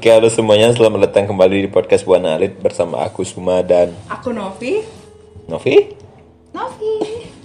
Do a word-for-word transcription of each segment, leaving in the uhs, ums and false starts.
Oke, halo semuanya, selamat datang kembali di podcast Buana Alit bersama aku Suma dan aku Novi. Novi? Novi.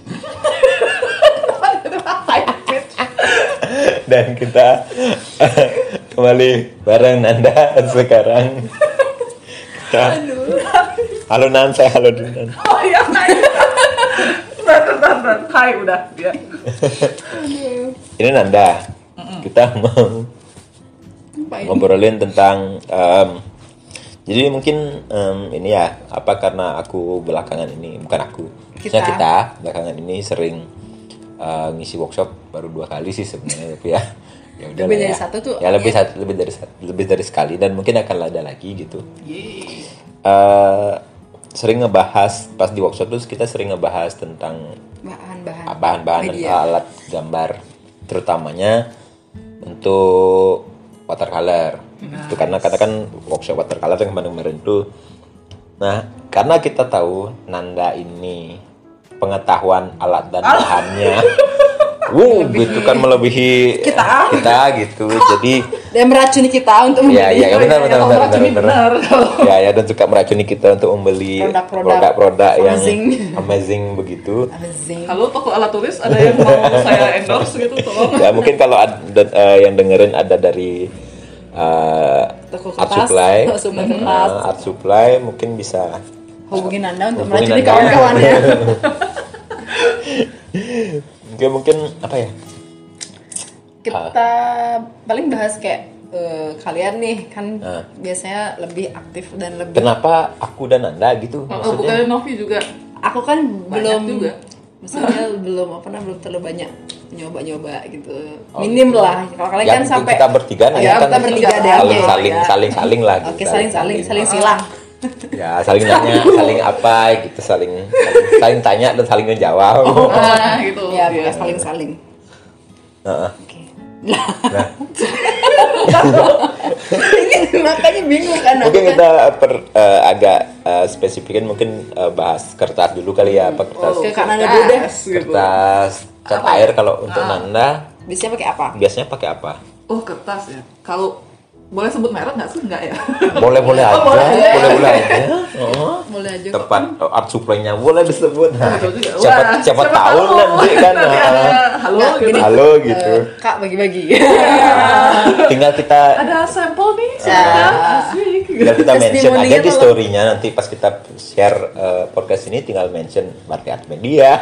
Dan kita kembali bareng Nanda sekarang. Kita, halo Nan, saya halo dulu Nan. Oh iya, hai. Bentar, bentar, hai udah ya. Ini Nanda. Kita mau ngobrolin tentang um, jadi mungkin um, ini ya apa karena aku belakangan ini bukan aku kita, kita belakangan ini sering uh, ngisi workshop baru dua kali sih sebenarnya tapi ya ya udah lebih dari ya. satu tuh ya lebih ya. satu lebih dari lebih dari sekali dan mungkin akan ada lagi gitu. Uh, sering ngebahas pas di workshop tuh kita sering ngebahas tentang bahan-bahan bahan-bahan alat gambar terutamanya untuk watercolor. Nice. Itu karena karena kan workshop watercolor yang kemarin-kemarin itu. Nah, karena kita tahu Nanda ini pengetahuan alat dan bahannya wow, gitu kan melebihi kita, kita gitu. Jadi dan meracuni kita untuk membeli. Ya, ya, ya benar benar benar benar. benar. Ya, ya dan juga meracuni kita untuk membeli produk-produk yang amazing, amazing begitu. Amazing. Halo toko alat tulis, ada yang mau saya endorse gitu tolong. Ya, mungkin kalau ada uh, yang dengerin ada dari uh, Art Supply, uh, Art Supply mungkin bisa hubungin Anda untuk meracuni kawan-kawannya. Mungkin mungkin apa ya? Kita paling bahas kayak uh, kalian nih kan uh. biasanya lebih aktif dan lebih. Kenapa aku dan Anda gitu? Oh, maksudnya bukan Novi juga. Aku kan belum juga. Maksudnya belum apa namanya belum terlalu banyak nyoba-nyoba gitu. Oh, Minim gitu. Lah. Kalau kalian ya, kan sampai kita bertiga nih ya, kan kita bertiga deh. Saling saling ya. saling saling lah gitu. Oke, saling saling saling silang. Ya, saling nanya, saling apa gitu, saling saling, saling tanya dan saling menjawab. Oh, nah, gitu. Ya, ya. saling-saling. Heeh. Oke. Nah. Ini makanya bingung kan. Mungkin kita per, uh, agak uh, spesifikin mungkin uh, bahas kertas dulu kali ya, apa kertas? Oh, Kak Nanda dulu deh. Kertas cat air kalau untuk ah. Nanda. Biasanya pakai apa? Biasanya pakai apa? Oh, kertas ya. Kalau boleh sebut merek nggak sih? Enggak ya? Boleh-boleh aja. Oh, boleh aja. Boleh-boleh aja. Oh. Boleh aja. Tepat kok. Art supply-nya boleh disebut. Nah, oh, siapa, Wah, siapa, siapa tahu nanti kan. Halo nah, gitu. Gini, halo gitu. Uh, Kak bagi-bagi. Tinggal kita ada sampel nih. Ya. Asik. Tinggal kita mention aja di story-nya nanti pas kita share uh, podcast ini tinggal mention Bari Art Media.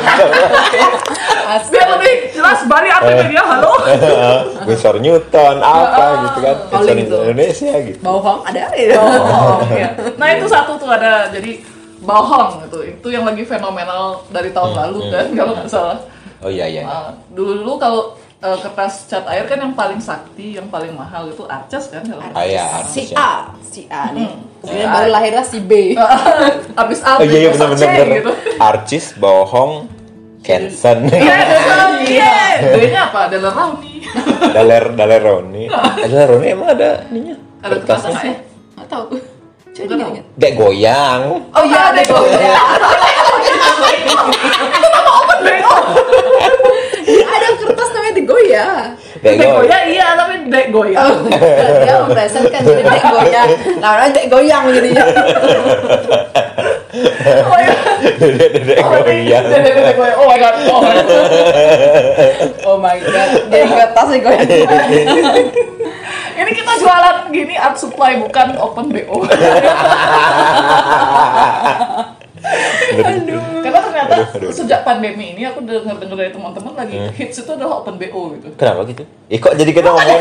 Biar lebih jelas Bari Art Media. Halo. Winsor Newton apa gitu kan. Winsor gitu. Indonesia gitu. Bauhong ada ya. Oh, ya. Nah itu satu tuh ada jadi Bauhong gitu. Itu yang lagi fenomenal dari tahun hmm, lalu kan hmm, kalau nggak salah. Oh iya iya. Uh, dulu-dulu kalau uh, kertas cat air kan yang paling sakti, yang paling mahal itu Arches kan kalau. Ah iya, si ya. A, si A nih. Sebenarnya baru lahirnya si B. Abis A. Oh iya iya benar-benar. Gitu. Arcis, Bauhong, Kensen. Iya, iya. D-nya apa? Daleroni. Daler Daleroni. Daleroni emang ada ininya. Ada kertasnya nggak ya? Nggak tahu. Jadi ingat. Dek goyang. Oh iya, dek goyang. Ada kertas namanya dek goyang. Dek goyang iya, tapi dek goyang. Dia mempresentkan jadi dek goyang. Nah, orang dek goyang jadinya. Oh iya. Dek goyang. Dek goyang. Oh my god. Oh my god. Oh my god. Jadi kertasnya goyang. Ini kita jualan gini Art Supply bukan Open B O. Aduh. Karena ternyata aduh, aduh. Sejak pandemi ini aku dengar-dengar dari teman-teman lagi hmm. hits itu adalah Open B O gitu. Kenapa gitu? Eh kok jadi kita ngomongin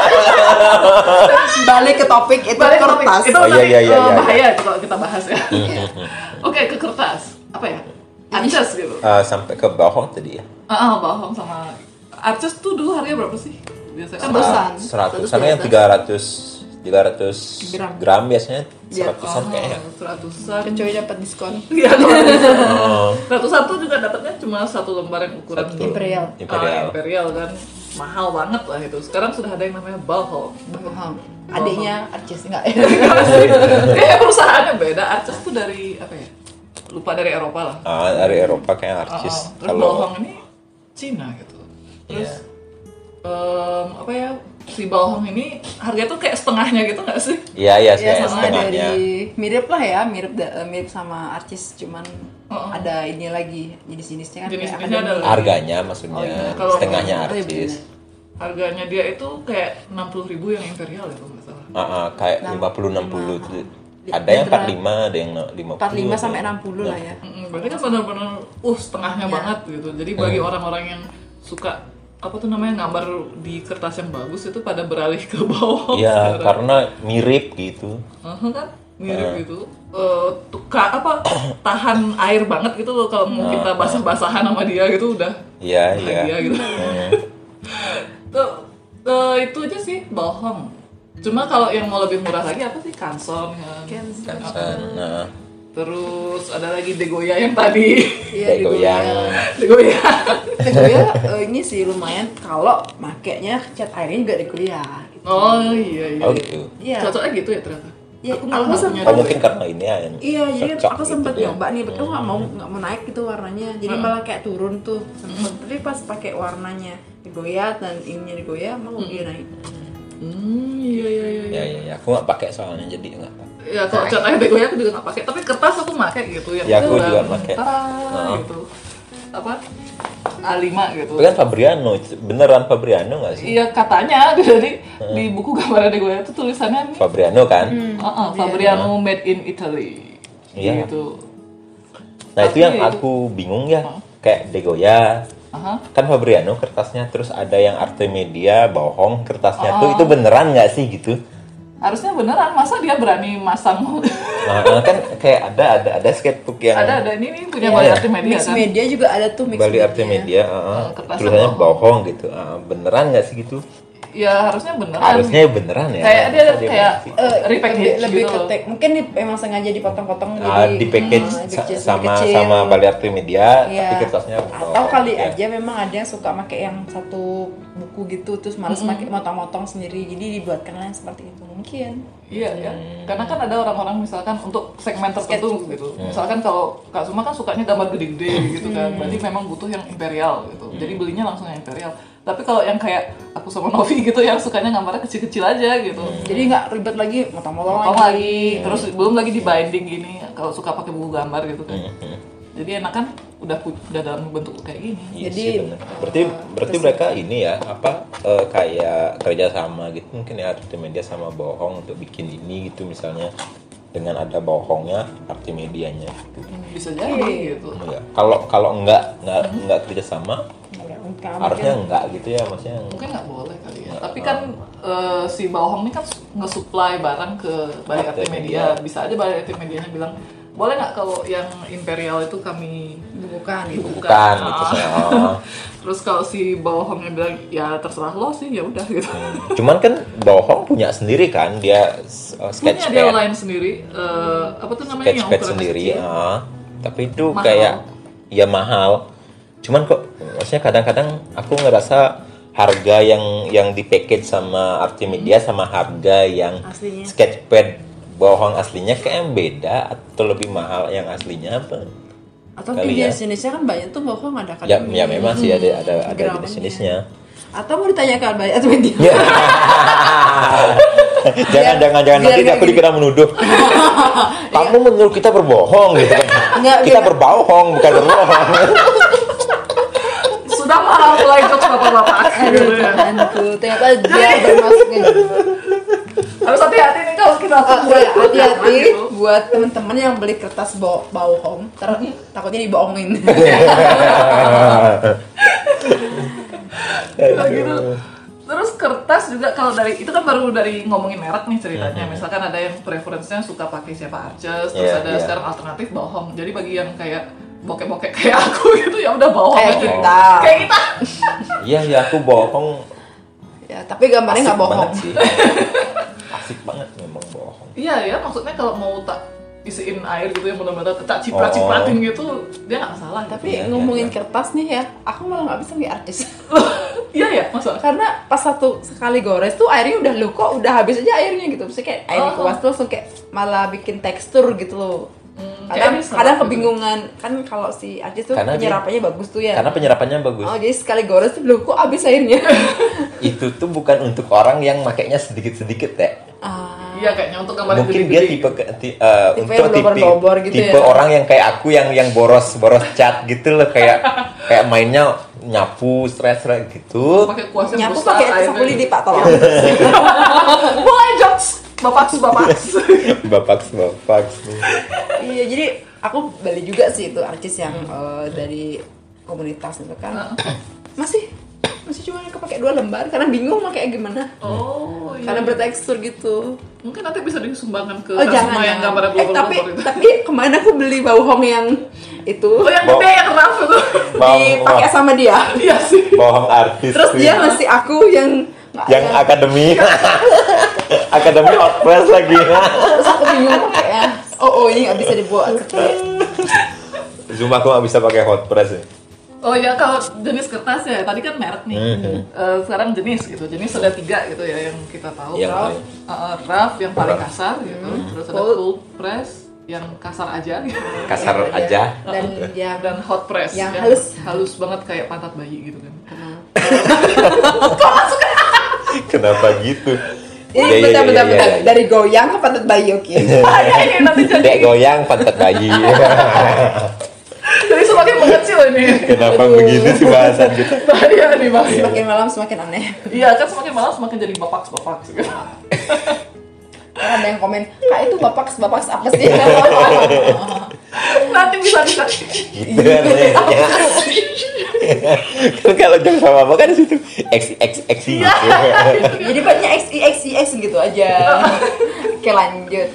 balik ke topik itu balik kertas. Itu oh, iya, iya, iya, uh, iya, bahaya iya. kalau kita bahas ya. Oke, okay, ke kertas. Apa ya? Arches gitu. Uh, sampai ke Bauhong tadi ya. Heeh, uh, uh, Bauhong sama Arches tuh dulu harganya berapa sih? Biasanya kan besan. seratus sama yang tiga ratus tiga ratus gram, gram biasanya seratusan ya, kayaknya. Seratusan. Kecuali dapat diskon. Iya, seratusan tuh juga dapatnya cuma satu lembar yang ukuran satu. Imperial. Imperial. Ah, Imperial kan mahal banget lah itu. Sekarang sudah ada yang namanya Bauhong. Bauhong. Adiknya Arches enggak ya? Kayak perusahaannya beda. Arches tuh dari apa ya? Lupa dari Eropa lah. Ah, dari Eropa kayak Arches. Uh, uh. Terus Bauhong ini Cina gitu. Terus yeah. um, apa ya? si bawang ini harganya tuh kayak setengahnya gitu nggak sih? Iya iya Ya kayak sama setengahnya. dari mirip lah ya, mirip da- mirip sama Arcis, cuman Oh. ada ini lagi jenis-jenisnya kan kayak Jenis-jenisnya ada ada mie. Harganya maksudnya Oh, iya. Kalau- setengahnya Oh, iya, artis. bener. Harganya dia itu kayak enam puluh ribu yang imperial itu nggak salah. Ah, ah, kayak Enam- lima puluh enam puluh. lima. Ada yang empat puluh lima, ada yang lima puluh. empat puluh lima sampai enam puluh lah ya. Mm-mm, berarti kan benar-benar uh setengahnya Ya. banget gitu. Jadi bagi Hmm. orang-orang yang suka apa tuh namanya gambar di kertas yang bagus itu pada beralih ke bawah. Iya, karena mirip gitu. Uh-huh, kan mirip gitu. Eh, tuh, ka- apa tahan air banget gitu loh kalau mau kita basah-basahan sama dia gitu udah Iya, iya. bahagia gitu. Hmm. Tuh, eh, itu aja sih bohong. Cuma kalau yang mau lebih murah lagi apa sih kanson kan. Kanson. Kansan. Nah, Terus ada lagi degoya yang tadi. Iya, Kayak goyang. degoya. Degoya eh, ini sih lumayan kalau makainya cat airnya juga degoya. Gitu. Oh iya iya. oh gitu. Iya. Cocoknya gitu ya ternyata. Iya, aku malah aku nggak sempat- punya Oh degoya. mungkin karena ini ya yang Iya, jadi cocok aku gitu sempat dia. nyoba nih, betul nggak mau nggak mau naik gitu warnanya, jadi malah kayak turun tuh. Sempet. Tapi pas pakai warnanya digoyah dan ininya digoyah, mau dia naik. Hmm iya iya iya. Ya ya ya, aku nggak pakai soalnya jadi nggak tahu. Ya kalau cat air degoya aku juga nggak pakai, tapi kertas aku pakai gitu ya. Ya, aku udah juga pakai. tara, gitu. Apa? A lima gitu. Tapi kan Fabriano, beneran Fabriano nggak sih? Iya katanya jadi di buku gambaran degoya itu tulisannya nih. Fabriano kan? Uh-uh, Fabriano made in Italy. Iya. Gitu. Nah itu Tapi yang itu- aku bingung ya, kayak Degoya. Aha. Kan Fabriano kertasnya, terus ada yang Artemisia bohong kertasnya tuh, Oh. itu beneran nggak sih gitu? Harusnya beneran, masa dia berani masang Nah, nah, kan kayak ada ada ada sketchbook yang ada ada ini nih punya Iya, Bali iya. Artimedia Mix kan. media juga ada tuh mix Bali media. Artemisia, uh, kertasnya tulisannya bohong. bohong gitu. Uh, beneran nggak sih gitu? Ya harusnya beneran. Harusnya beneran ya. Kayak dia Masa kayak ngasih? Eh, repackage lebih, lebih gitu ke loh. tek- mungkin di, emang sengaja dipotong-potong Ah, jadi di package hmm, sa- kecil, sama kecil. sama Bali Artemisia, Iya. tapi kertasnya atau bohong, kali ya. aja memang ada yang suka pakai yang satu buku gitu terus malas pakai motong-motong sendiri, jadi dibuatkan yang seperti itu mungkin. Iya ya. Karena kan ada orang-orang misalkan untuk segmen tertentu Sketch. gitu. Misalkan kalau Kak Suma kan sukanya gambar gede-gede gitu kan. Berarti memang butuh yang imperial gitu. Jadi belinya langsung yang imperial. Tapi kalau yang kayak aku sama Novi gitu yang sukanya gambarnya kecil-kecil aja gitu. Jadi nggak ribet lagi motong-motong Potong lagi. lagi, terus belum lagi di binding gini kalau suka pakai buku gambar gitu kan. Jadi enak kan udah pu- udah dalam bentuk kayak gini. Iya Jadi, sih, bener. berarti berarti mereka ini ya apa eh, kayak kerjasama gitu mungkin ya Artemisia sama bohong untuk bikin ini gitu misalnya dengan ada bohongnya Artemisianya gitu. Bisa jadi gitu. Ya. Kalau kalau enggak enggak enggak kerjasama Nggak, nggak harusnya mungkin. enggak gitu ya maksudnya. Mungkin nggak boleh kali ya. Tapi kan eh, si Bawang ini kan nge-supply barang ke Bali Artimedia. Bisa aja Bali Artimedianya bilang, boleh nggak kalau yang imperial itu kami bukan gitu. bukan. Bukan gitu. Ah. Oh. Terus kalau si Bawangnya bilang, ya terserah lo sih, ya udah gitu. Cuman kan bohong punya sendiri kan dia uh, Punya sketch dia pad, line sendiri, eh, apa tuh namanya sketch yang pad ukurannya sendiri. kecil. ah. Tapi itu Mahal. kayak ya mahal. Cuman kok maksudnya kadang-kadang aku ngerasa harga yang yang di package sama Artemisia sama harga yang Aslinya. sketchpad bohong aslinya kayak beda atau lebih mahal yang aslinya apa? Atau Kali mungkin ya. jenis-jenisnya kan banyak tuh bohong ada kan. Ya, ya memang sih ada ada ada Geramannya. jenis-jenisnya. Atau mau ditanyakan banyak atau media. Ya. jangan Biar- jangan jangan biar nanti nggak aku gini. dikira menuduh. Kamu menurut kita berbohong gitu kan. Nggak, kita biar- berbohong bukan berbohong. Sudah malah mulai jokes bapak-bapak. Aduh Tuhanku, ternyata dia bermaksudnya. Harus hati-hati nih kalau kita Oh, buat hati-hati gitu. buat teman-teman yang beli kertas bo bohong, ter takutnya dibohongin. Kayak gitu. Terus kertas juga kalau dari itu kan baru dari ngomongin merek nih ceritanya. Misalkan ada yang preferensinya suka pakai siapa Arches, terus Iya, ada iya. sekarang alternatif bohong. Jadi bagi yang kayak bokek-bokek kayak aku gitu ya udah bohong Kayak aja. kita. Kayak kita. Iya ya aku bohong. Ya, tapi gambarnya nggak Asik bohong. banget sih. Asik banget memang bohong. Iya ya, maksudnya kalau mau tak isiin air gitu yang benar-benar tak ciprat-cipratin gitu, dia nggak salah. Tapi Iya, ngomongin iya. kertas nih ya, aku malah nggak bisa beli artis. Iya ya, masa? Karena pas satu sekali gores tuh airnya udah loh kok udah habis aja airnya gitu. Maksudnya kayak air Oh. dikuas tuh langsung kayak malah bikin tekstur gitu loh. Hmm, kadang kayaknya kadang sama kebingungan kan kalau si artis tuh Karena dia- penyerapannya bagus tuh ya. Karena penyerapannya bagus. Oh jadi sekali gores tuh belum kok habis airnya. Itu tuh bukan untuk orang yang makainya sedikit-sedikit ya. Ah. Iya kayaknya untuk gambar Mungkin gede-gede dia gitu. tipe ke- ti- eh, Tipe untuk yang tipe blobor-blobor gitu tipe ya. orang yang kayak aku yang yang boros boros cat gitu loh, kayak kayak mainnya nyapu stres-stres gitu. pakai kuas yang Nyapu besar, pakai airnya sapu lidi Pak tolong. mulai jokes bapak bapak bapak bapak. Iya jadi aku beli juga sih itu artis yang eh, dari komunitas itu kan masih masih cuma kepake dua lembar karena bingung makanya gimana. oh iya. Karena bertekstur gitu. Mungkin nanti bisa disumbangkan ke Oh jangan, Asma yang jangan. gambarnya Eh tapi blobor-blobor itu. tapi kemarin aku beli bauhong yang itu Oh yang Bau- gede yang rough itu. dipakai sama dia. Iya sih. Bohong artis. Terus tuh. dia ngasih aku yang nggak- yang akademi akademi hot press lagi. terus aku bingung kayak oh oh ini nggak bisa dibuat kertas. Cuma aku nggak bisa pakai hot press ya. Oh ya kalau jenis kertas ya tadi kan merek nih. Mhm. Eh, sekarang jenis gitu. Jenis ada tiga gitu ya yang kita tahu. Yang rough, paling- uh, rough yang paling Rough. kasar gitu. Terus ada Cold. cold press yang kasar aja. Gitu. Kasar aja. Dan yang Dan hot press Yang halus. halus banget kayak pantat bayi gitu kan. Kenapa gitu? ini Ya, ya, bentar ya, bentar ya, bentar ya. dari goyang ke pantat bayi oke. Bahaya ini nanti Dek jadi goyang pantat bayi. jadi semakin mengecil ini. Kenapa begitu sih bahasan gitu? Bahaya nih bang. Semakin malam semakin aneh. Iya kan semakin malam semakin jadi bapak bapak gitu. Karena ada yang komen kak itu bapak bapak apa sih? Nanti bisa bisa. Gitu kan ya. Kan kalau jam sama apa kan di situ X X X gitu. Jadi banyak X I X I X gitu aja. Oke lanjut.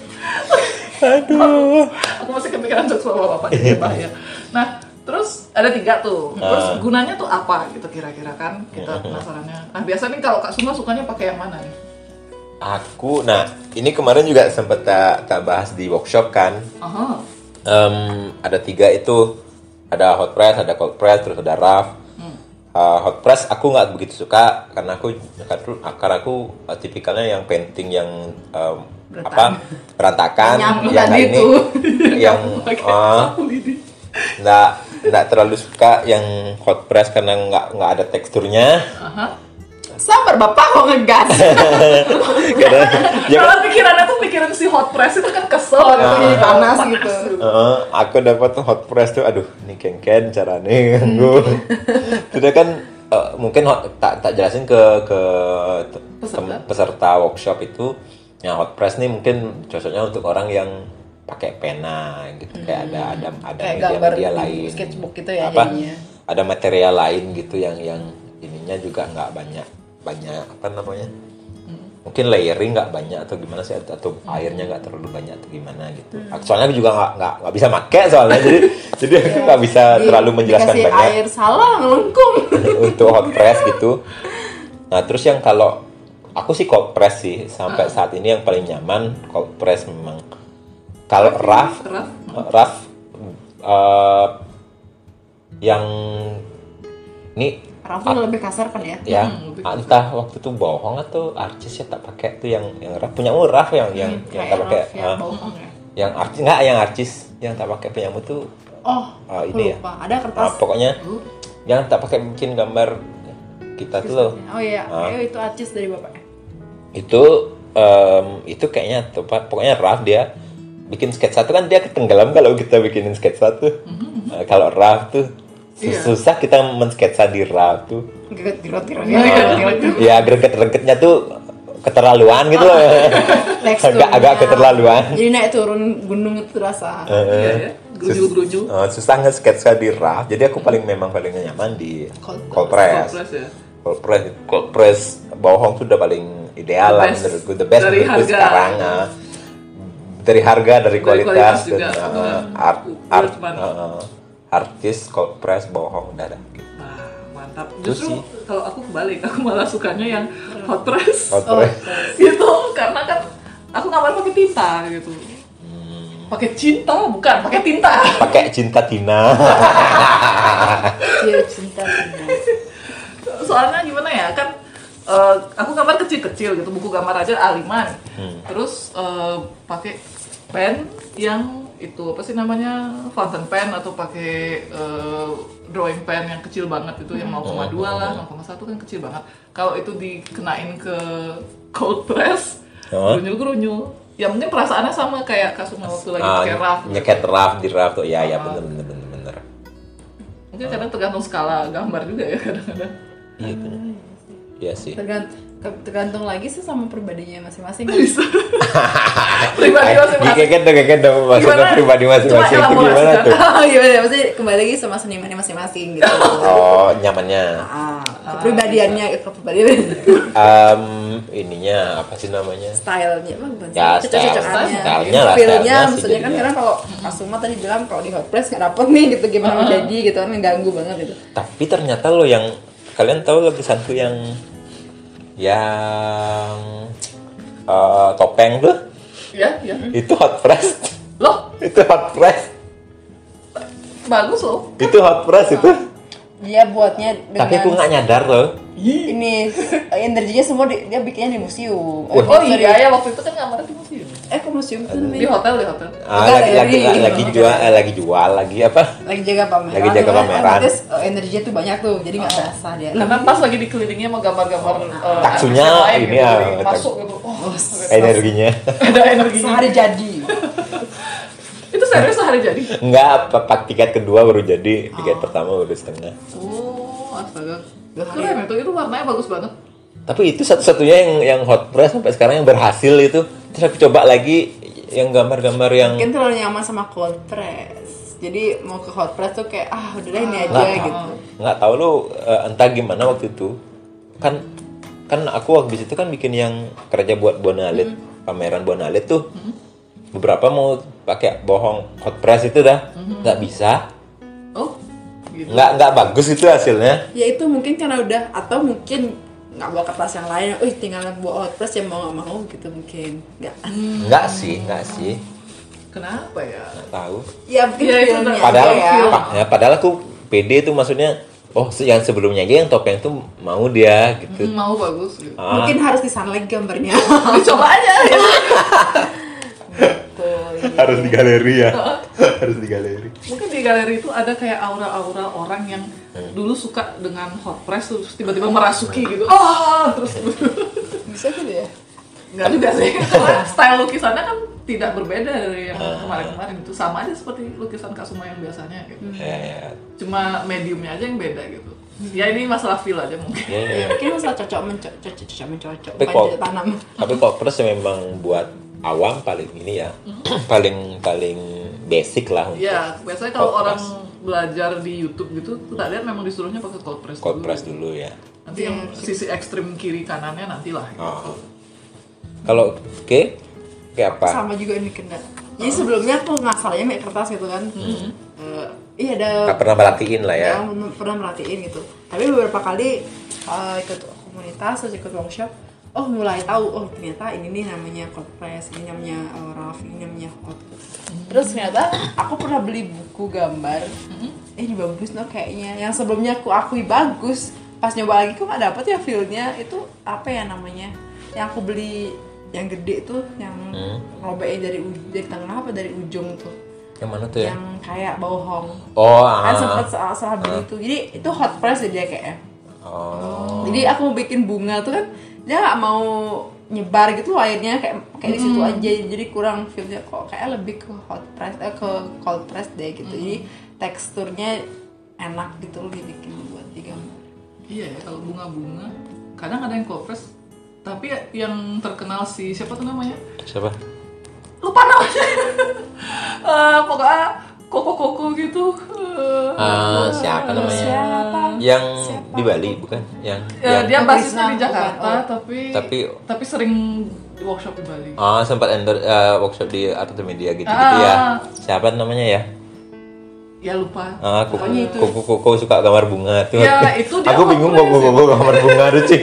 Aduh. Aku masih kepikiran jokes bapak-bapak jadi bahaya. Nah, terus ada tiga tuh. Terus Ah. gunanya tuh apa gitu kira-kira kan? Kita penasarannya. Nah, biasa nih kalau Kak Suma sukanya pakai yang mana nih? Aku, nah ini kemarin juga sempat tak tak bahas di workshop kan. Aha. Em, ada tiga itu, ada hot press, ada cold press, terus ada rough. Uh, hot press aku nggak begitu suka karena aku karena aku uh, tipikalnya yang painting yang um, apa berantakan, Nyapu yang tadi ini tuh. yang Pakai uh, sapu lidi. nggak nggak terlalu suka yang hot press karena nggak nggak ada teksturnya. Aha. Sabar bapak kok ngegas. Karena ya, Kalau pikirannya tuh pikiran si hot press itu kan kesel Oh, gitu. itu jadi panas gitu. Uh, aku dapat hot press tuh, aduh, ini kengken caranya ganggu. Sudah kan uh, mungkin hot- tak tak jelasin ke ke te- Peserta. tem- peserta workshop itu, yang hot press nih mungkin cocoknya untuk orang yang pakai pena gitu, kayak ada ada ada Kayak gambar media lain, sketchbook gitu ya apa, jadinya. ada material lain gitu yang yang ininya juga nggak banyak banyak apa namanya. Mungkin layering nggak banyak atau gimana sih, atau, atau airnya nggak terlalu banyak atau gimana gitu. Soalnya aku juga nggak nggak nggak bisa make soalnya, jadi jadi aku nggak bisa terlalu menjelaskan Dikasih banyak air salah ngelengkung. untuk hot press gitu. Nah terus yang kalau aku sih cold press sih sampai saat ini yang paling nyaman cold press memang. Kalau rough Rough. rough eh, yang ini Raffi lebih kasar kan ya? ya Hmm, lebih entah waktu itu bohong atau artis ya tak pakai tuh yang yang rough, punyamu rough yang yang yang Kayak tak pakai Raffi yang ah, bohong ya. yang artis nggak yang artis yang tak pakai punyamu tuh Oh, ah, aku ini ya lupa. Ada ah, kertas. pokoknya yang tak pakai bikin gambar kita tuh loh. Oh iya, Ah. eh, itu artis dari bapaknya. Itu em, itu kayaknya tepat, pokoknya rough dia bikin sketsa tuh kan dia ketenggelam kalau kita bikinin sketsa tuh. Eh, kalau rough tuh sus- Iya. susah kita mensketsa di rough tuh. Gerot-gerot-gerot. Ya greget-gregetnya tuh keterlaluan gitu loh. Teksturnya. agak agak keterlaluan. Jadi naik turun gunung itu terasa. Iya ya. Geruju-geruju. Eh, susah nge-sketsa di rough. Jadi aku paling memang paling nyaman di Cold cold Cold press. press ya. Cold press, cold press bohong tuh udah paling ideal The lah best. menurutku, the best Dari menurutku harga. sekarang. ah. Dari harga, dari Dari kualitas, kualitas dan juga. uh, Hmm. art, art, Worth money. uh, artis cold press bohong udah ada. Wah, mantap. Itu Justru sih. kalau aku kebalik, aku malah sukanya yang hot press. Hot Oh, press. Gitu, karena kan aku gambar pakai tinta gitu. Pakai cinta bukan, pakai tinta. Pakai cinta Tina. Iya, cinta cinta. Soalnya gimana ya, kan eh, aku gambar kecil-kecil gitu, buku gambar aja A lima nih. Terus eh, pakai pen yang itu apa sih namanya fountain pen atau pakai uh, drawing pen yang kecil banget itu yang nol koma dua lah, nol koma satu kan kecil banget. Kalau itu dikenain ke cold press, grunyul-grunyul. Ya mungkin perasaannya sama kayak Kasuma waktu lagi ah, pakai raft. Nyeket gitu. raft di raft tuh. Ya, ya Ah. bener bener bener bener. Mungkin kadang tergantung skala gambar juga ya kadang-kadang. Iya bener. Iya sih. Tergantung, tergantung lagi sih sama pribadinya masing-masing. Bisa. Pribadi masing-masing. Keket dong, keket dong. Maksudnya Gimana? pribadi masing-masing Coba itu gimana elaborasikan. tuh? Oh gimana? Maksudnya kembali lagi sama senimannya masing-masing gitu. Oh, nyamannya. Ah, kepribadiannya, kepribadian, Um, ininya apa sih namanya? stylenya, emang bukan sih? Ya, style, Cocok-cocokannya, stylenya lah, feel-nya, stylenya sih maksudnya kan jadinya. karena kalau Kasuma tadi bilang kalau di hot press nggak dapet nih gitu gimana mau jadi gitu kan mengganggu banget gitu. Tapi ternyata lo yang kalian tahu lukisanku yang yang uh, topeng tuh Ya, ya. itu hot press. Loh, Itu hot press. bagus loh. Itu hot press itu. Dia buatnya dengan Tapi aku nggak nyadar loh. ini energinya semua di- dia bikinnya di museum. Wah. Oh iya ya, waktu itu kan gambarnya di museum. Eh kok museum itu Di namanya? hotel, di hotel. Ah, Galeri. lagi lagi lagi, lagi jual eh, lagi jual lagi apa? Lagi jaga pameran. Lagi jaga kan pameran. otomatis, eh, energinya tuh banyak tuh, jadi nggak berasa dia. Karena pas lagi dikelilingnya sama gambar-gambar uh, Taksunya artis yang lain ini gitu, ya, jadi tak- masuk gitu. Oh, Energinya. ada energi. Sehari jadi. Itu serius sehari jadi. Enggak, apa pak tiket kedua baru jadi, tiket pertama baru setengah. Oh, astaga. Keren itu, itu warnanya bagus banget. Tapi itu satu-satunya yang yang hot press sampai sekarang yang berhasil itu. Terus aku coba lagi yang gambar-gambar yang Mungkin terlalu nyaman sama cold press. Jadi mau ke hot press tuh kayak ah udah deh ini aja nggak gitu. nggak tahu lu eh, entah gimana waktu itu kan kan aku waktu itu kan bikin yang kerja buat Bonalit pameran Bonalit tuh beberapa mau pakai bohong hot press itu dah nggak bisa Oh, gitu. nggak nggak bagus itu hasilnya. Ya itu mungkin karena udah atau mungkin nggak bawa kertas yang lain. Oh tinggal bawa hot press yang mau nggak mau gitu mungkin. Nggak. Nggak sih nggak sih Kenapa ya? nggak tahu. Ya mungkin Ya, itu feelnya Padahal aja ya. pa- ya, padahal aku pede tuh maksudnya oh se- yang sebelumnya aja yang topeng tuh mau dia gitu. Hmm, mau bagus gitu. Ah, Mungkin harus disana lagi gambarnya. Dicoba aja. Ya. Gitu. Iya. harus di galeri ya harus di galeri. Mungkin di galeri itu ada kayak aura-aura orang yang dulu suka dengan hot press terus tiba-tiba merasuki gitu. Ah, terus Bisa gitu ya. nggak juga sih. Soalnya style lukisannya kan tidak berbeda dari yang kemarin-kemarin itu sama aja seperti lukisan Kasuma yang biasanya gitu. Ya, ya. Cuma mediumnya aja yang beda gitu. Ya ini masalah feel aja mungkin. Ya, ya. Ya, mungkin masalah cocok mencocok cocok cocok mencocok Tapi bukan kok- jadi tanam. Tapi kok press memang buat awam paling ini ya paling paling basic lah untuk Ya, biasanya kalau cold orang press. belajar di YouTube gitu, tak lihat memang disuruhnya pakai cold press cold dulu. press dulu ya. Nanti yang sisi ekstrim kiri kanannya nantilah. Gitu. Oh. Kalau oke kayak apa? Sama juga ini kena. Jadi sebelumnya aku ngasalnya pakai kertas gitu kan. Eh, iya ada Nggak pernah merhatiin lah ya. yang pernah merhatiin gitu. Tapi beberapa kali uh, ikut komunitas terus ikut workshop, oh mulai tahu oh ternyata ini nih namanya cold press, ini namanya uh, rough, ini namanya hot. Terus ternyata aku pernah beli buku gambar, eh ini bagus no kayaknya. Yang sebelumnya aku akui bagus, pas nyoba lagi kok nggak dapet ya feelnya itu apa ya namanya? Yang aku beli yang gede tuh, yang Hmm. robeknya dari u- dari tengah apa dari ujung tuh, Yang mana tuh ya? yang kayak bohong. Oh, Kan ah. sempet salah, salah beli itu, jadi itu hot press dia kayaknya. Oh. Jadi aku mau bikin bunga tuh kan dia nggak mau nyebar gitu airnya kayak kayak di situ aja, jadi kurang feelnya kok kayak lebih ke hot press eh, ke cold press deh gitu. Jadi teksturnya enak gitu loh dibikin buat digambar. Iya ya, kalau bunga-bunga kadang ada yang cold press, tapi yang terkenal si siapa tuh namanya? Siapa? Lupa namanya. Eh, pokoknya koko-koko gitu. Eh, Ah, siapa namanya? Siapa? Yang Siapa? di Bali bukan? Yang ya, yang dia basisnya di Krishna, Jakarta, bukan. Oh. tapi Tapi- tapi sering di workshop di Bali. ah sempat endor eh, workshop di Art Media gitu gitu Ah. ya. Siapa namanya ya? Ya lupa. Ah, kuku Pokoknya itu. kuku kuku suka gambar bunga tuh. Ya, itu dia Aku bingung hot kok press kuku gambar bunga tuh sih.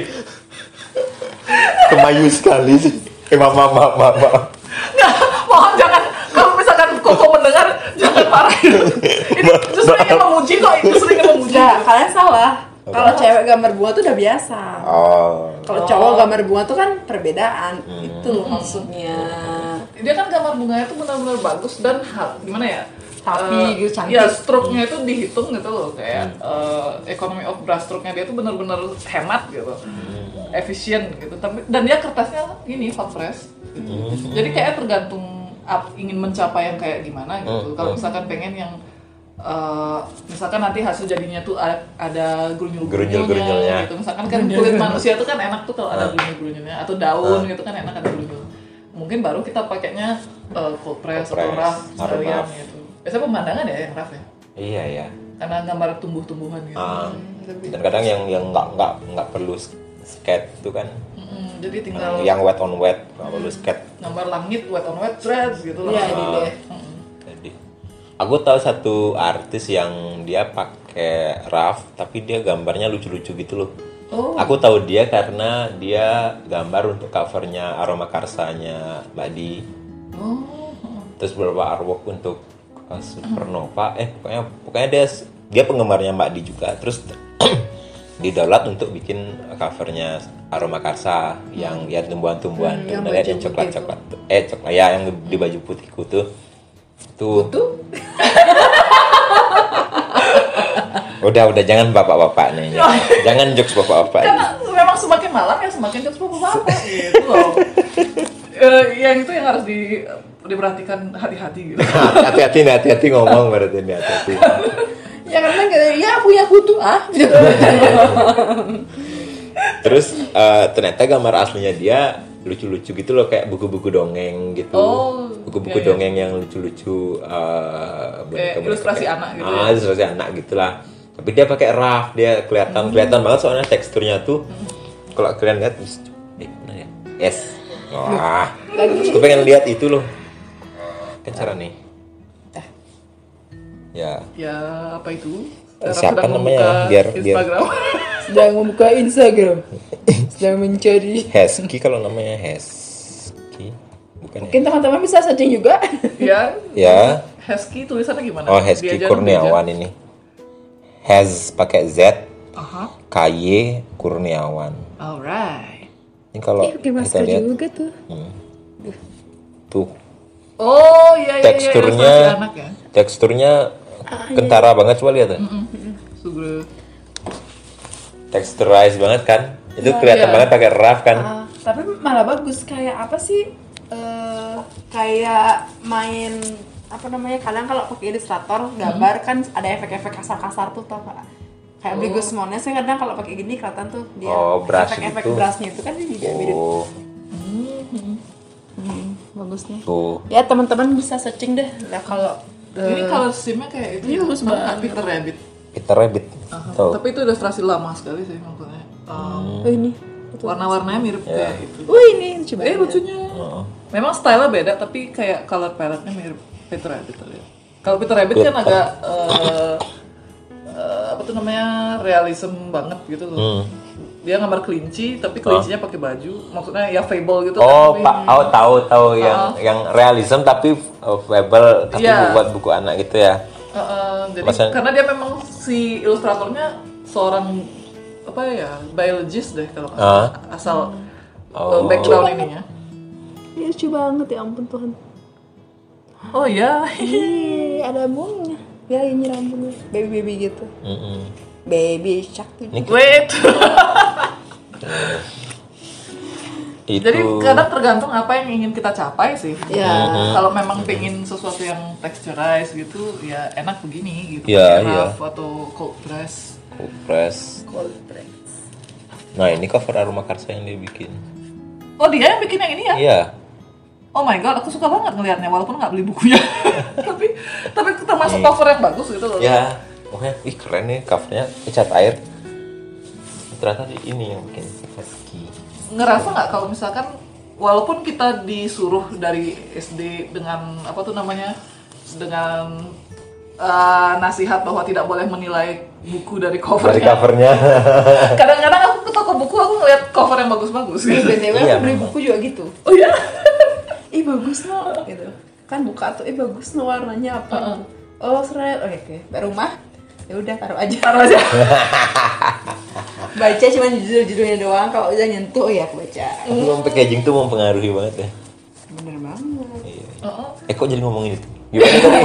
Kemayu sekali sih. Eh maaf maaf maaf maaf. maaf. Nggak, mohon jangan, kalau misalkan Koko mendengar jangan marah. Ini justru ingin memuji kok, justru ingin memuji. Enggak, kalian salah. Kalau cewek gambar bunga tuh udah biasa. Oh. Kalau cowok gambar bunga tuh kan perbedaan. Itu loh maksudnya. dia kan gambar bunganya tuh benar-benar bagus dan hal gimana ya? Rapi Uh, gitu, cantik. ya stroke-nya itu dihitung gitu loh, kayak uh, economy of brush stroke-nya dia tuh benar-benar hemat gitu, hmm. efisien gitu. Tapi dan dia kertasnya ini hot press, gitu. hmm. Jadi kayak tergantung up, ingin mencapai yang kayak gimana gitu. Hmm. Kalau misalkan pengen yang uh, misalkan nanti hasil jadinya tuh ada, ada grunyul-grunyulnya gitu. Misalkan kan kulit manusia tuh kan enak tuh kalau ada grunyul-grunyulnya, atau daun hmm. gitu kan enak ada grunyul. Mungkin baru kita pakainya uh, cold press atau rough sekalian gitu. Biasanya pemandangan ya yang rough ya. Iya ya. Karena gambar tumbuh-tumbuhan gitu. Uh, dan kadang yang yang nggak nggak nggak perlu skate itu kan. Mm-hmm. Jadi tinggal yang wet on wet nggak perlu skate. Gambar langit wet on wet threads gitu loh. Iya uh, deh. Jadi aku tahu satu artis yang dia pakai rough tapi dia gambarnya lucu-lucu gitu loh. Oh. Aku tahu dia karena dia gambar untuk covernya Aroma Karsanya Mbak Di. Oh. Terus beberapa artwork untuk uh, Supernova. Eh pokoknya pokoknya dia dia penggemarnya Mbak Di juga. Terus di download untuk bikin covernya Aroma Karsa hmm. yang ya tumbuhan-tumbuhan hmm, tuh, yang, yang coklat-coklat tuh. Eh coklat ya yang di baju putihku tuh. Tuh. Udah, udah jangan bapak-bapak nih. Ya. Jangan jokes bapak-bapak. Karena memang semakin malam ya semakin jokes bapak-bapak gitu loh. Uh, yang itu yang harus di, diperhatikan hati-hati gitu. Hati-hati nih, hati-hati ngomong berarti nih, hati-hati. Ya karena ya punya kutu ah. Terus uh, ternyata gambar aslinya dia lucu-lucu gitu loh, kayak buku-buku dongeng gitu. Oh, buku-buku iya, dongeng yang lucu-lucu uh, eh, ilustrasi kayak, anak gitu. Ah, ya? Ilustrasi anak gitulah. Tapi dia pakai rough, dia kelihatan hmm. kelihatan banget soalnya teksturnya tuh. Hmm. Kalau kalian lihat, eh mana ya? Yes. Wah. Aku pengen lihat itu loh. Kan cara nih. Ya. Ya apa itu? Siapa namanya? Biar Instagram. biar sedang membuka Instagram. Sedang mencari Hesky, kalau namanya Hesky. Bukan. Mungkin ya? Teman-teman bisa searching juga. Ya. Ya. Hesky tulisannya gimana? Oh, Hesky Kurniawan ini. Hez pakai Z. Uh-huh. K Y Kurniawan. Alright. Ini kalau eh, kita lihat juga tuh. Hmm. Tuh. Oh iya iya. Teksturnya, iya, anak ya. Teksturnya ah, kentara iya. banget, coba lihat ya. Mm-hmm. Texturized banget kan? Itu ya, kelihatan iya. banget pakai rough kan? Uh, tapi malah bagus, kayak apa sih? Uh, kayak main apa namanya? Kadang kalau pakai Illustrator gambar hmm. kan ada efek-efek kasar-kasar tuh, tau gak? Kayak oh. Brigus Mones saya kadang kalau pakai gini kelihatan tuh dia oh, efek-efek gitu. brushnya itu kan dia juga mirip. Oh. Hmm. Hmm, bagus nih. Tuh. Ya teman-teman bisa searching deh. Nah kalau uh, ini color scheme-nya kayak itu ya, bagus banget. Peter Rabbit. Peter Rabbit. Uh-huh. Tapi itu ilustrasi lama sekali sih maksudnya. Um, oh ini. Warna-warnanya mirip yeah. kayak itu. Oh ini coba. Eh lucunya. Uh-huh. Memang style-nya beda tapi kayak color palette-nya mirip Peter Rabbit tadi. Kalau Peter Rabbit kan agak uh, uh, apa tuh namanya realism banget gitu loh. Hmm. Dia gambar kelinci tapi kelincinya pakai baju. Maksudnya ya fable gitu. Oh, kan, Pak, oh tahu tahu uh, yang yang realism tapi uh, fable tapi yeah. buat buku anak gitu ya. Uh, uh, jadi Maksudnya, karena dia memang si ilustratornya seorang apa ya biologist deh kalau uh. asal oh. background ininya. Ya lucu banget ya ampun Tuhan. Oh ya. Ih, ada bunga. Ya ini rambutnya baby baby gitu. Mm-hmm. Baby shark tuh. Wait. Itu. Jadi kadang tergantung apa yang ingin kita capai sih. Ya. Mm-hmm. Kalau memang pengen sesuatu yang texturized gitu, ya enak begini gitu. Ya, rough ya. Atau cold press. Cold press. Cold press. Nah ini cover Aroma Karsa yang dia bikin. Oh dia yang bikin yang ini ya? Iya. Oh my god, aku suka banget ngelihatnya walaupun nggak beli bukunya. tapi tapi termasuk cover yang bagus gitu loh. Ya, pokoknya ih keren nih covernya, cat air. Ternyata ini yang bikin Hesky. Ngerasa nggak kalau misalkan walaupun kita disuruh dari S D dengan apa tuh namanya dengan uh, nasihat bahwa tidak boleh menilai buku dari covernya. Dari covernya. Kadang-kadang aku ke toko buku aku ngeliat cover yang bagus-bagus. Gitu. B T W iya, aku beli buku juga gitu. Oh iya. Ih bagus no, gitu. Kan buka tuh, ih bagus no warnanya apa? Uh-uh. Oh seret, oke oke. Baru rumah, ya udah taruh aja. Taruh aja. Baca cuma judul-judulnya doang, kalau udah nyentuh ya aku baca. Tapi memang packaging tuh mempengaruhi banget ya. bener banget. Iya. Oh, oh. Eh kok jadi ngomongin itu? Gimana tadi?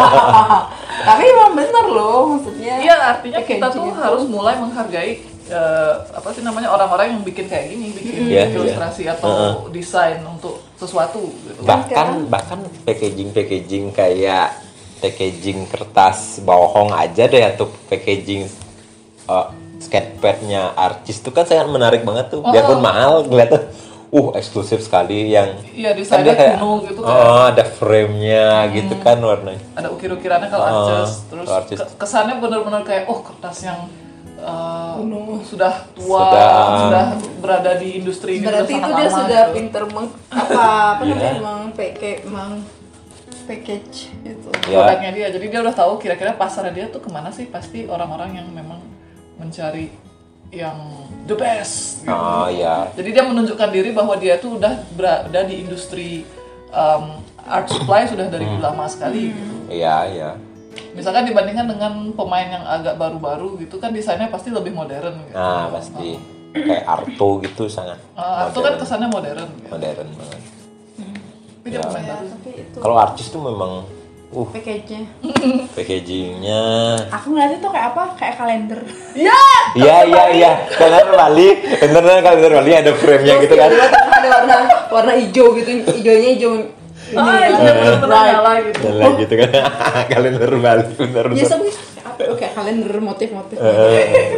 Tapi emang bener loh, maksudnya. Iya, artinya kita packaging tuh itu. harus mulai menghargai eh, apa sih namanya orang-orang yang bikin kayak gini, bikin Iya, ilustrasi iya. atau Heeh. desain untuk sesuatu gitu. bahkan bahkan packaging packaging kayak packaging kertas bohong aja deh atau packaging uh, skatepadnya Arcis itu kan sangat menarik banget tuh. Biarpun Oh. mahal ngeliatnya uh eksklusif sekali yang Iya, kan desainnya dia kayak kuno gitu oh, kan. ada frame-nya gitu kan warnanya. Ada ukir-ukirannya kalau Oh, Arcis, terus kalau Arcis. ke- kesannya benar-benar kayak oh kertas yang uh, Kuno. sudah tua, Sudah. sudah, berada di industri ini Berarti itu sangat dia lama sudah gitu. pinter meng apa apa Iya. namanya emang pakai emang package itu. Ya. Produknya dia, jadi dia udah tahu kira-kira pasarnya dia tuh kemana sih, pasti orang-orang yang memang mencari yang the best gitu. Oh ya. Jadi dia menunjukkan diri bahwa dia tuh udah berada di industri um, art supply sudah dari lama sekali gitu. Iya, iya. Misalkan dibandingkan dengan pemain yang agak baru-baru gitu kan desainnya pasti lebih modern gitu. Nah, pasti kayak Arto gitu sangat Uh, Arto kan kesannya modern gitu. modern banget. Tapi dia Ya. pemain Ya, baru. tapi itu Kalau Arcis tuh memang uh package-nya. packagingnya Aku ngeliatnya tuh kayak apa? Kayak kalender. Iya. iya iya iya kalender Bali bener kan kalender Bali ada frame-nya gitu kan. Ada warna warna hijau gitu, hijaunya hijau ini Ah, kan. iya bener-bener Bright. nyala gitu. Dan lagi gitu kan kalender Bali bener Biasa bener. gue apa oke kalender motif-motif. Eh,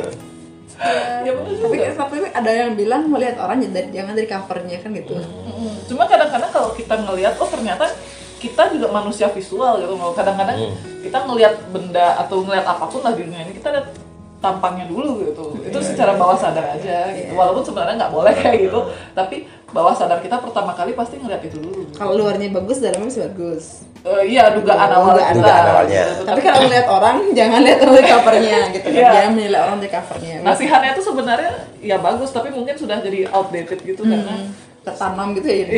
Ya bener Tapi juga. tapi ada yang bilang melihat orang jadi- jangan dari covernya kan gitu. Mm-mm. Cuma kadang-kadang kalau kita ngelihat, oh ternyata kita juga manusia visual gitu. Kalau kadang-kadang kita ngelihat benda atau ngelihat apapun lah di dunia ini, kita lihat tampangnya dulu gitu. Itu secara bawah sadar aja gitu. Walaupun sebenarnya nggak boleh kayak gitu, tapi bawah sadar kita pertama kali pasti ngelihat itu dulu. Kalau luarnya bagus, dalamnya masih bagus. Eh, iya, dugaan awal Dugaan kita. awalnya. gitu. Tapi kalau ngeliat orang, jangan lihat dari covernya gitu kan. Iya. Jangan menilai orang dari covernya. Nasihatnya tuh sebenarnya ya bagus, tapi mungkin sudah jadi outdated gitu karena Tertanam gitu ya.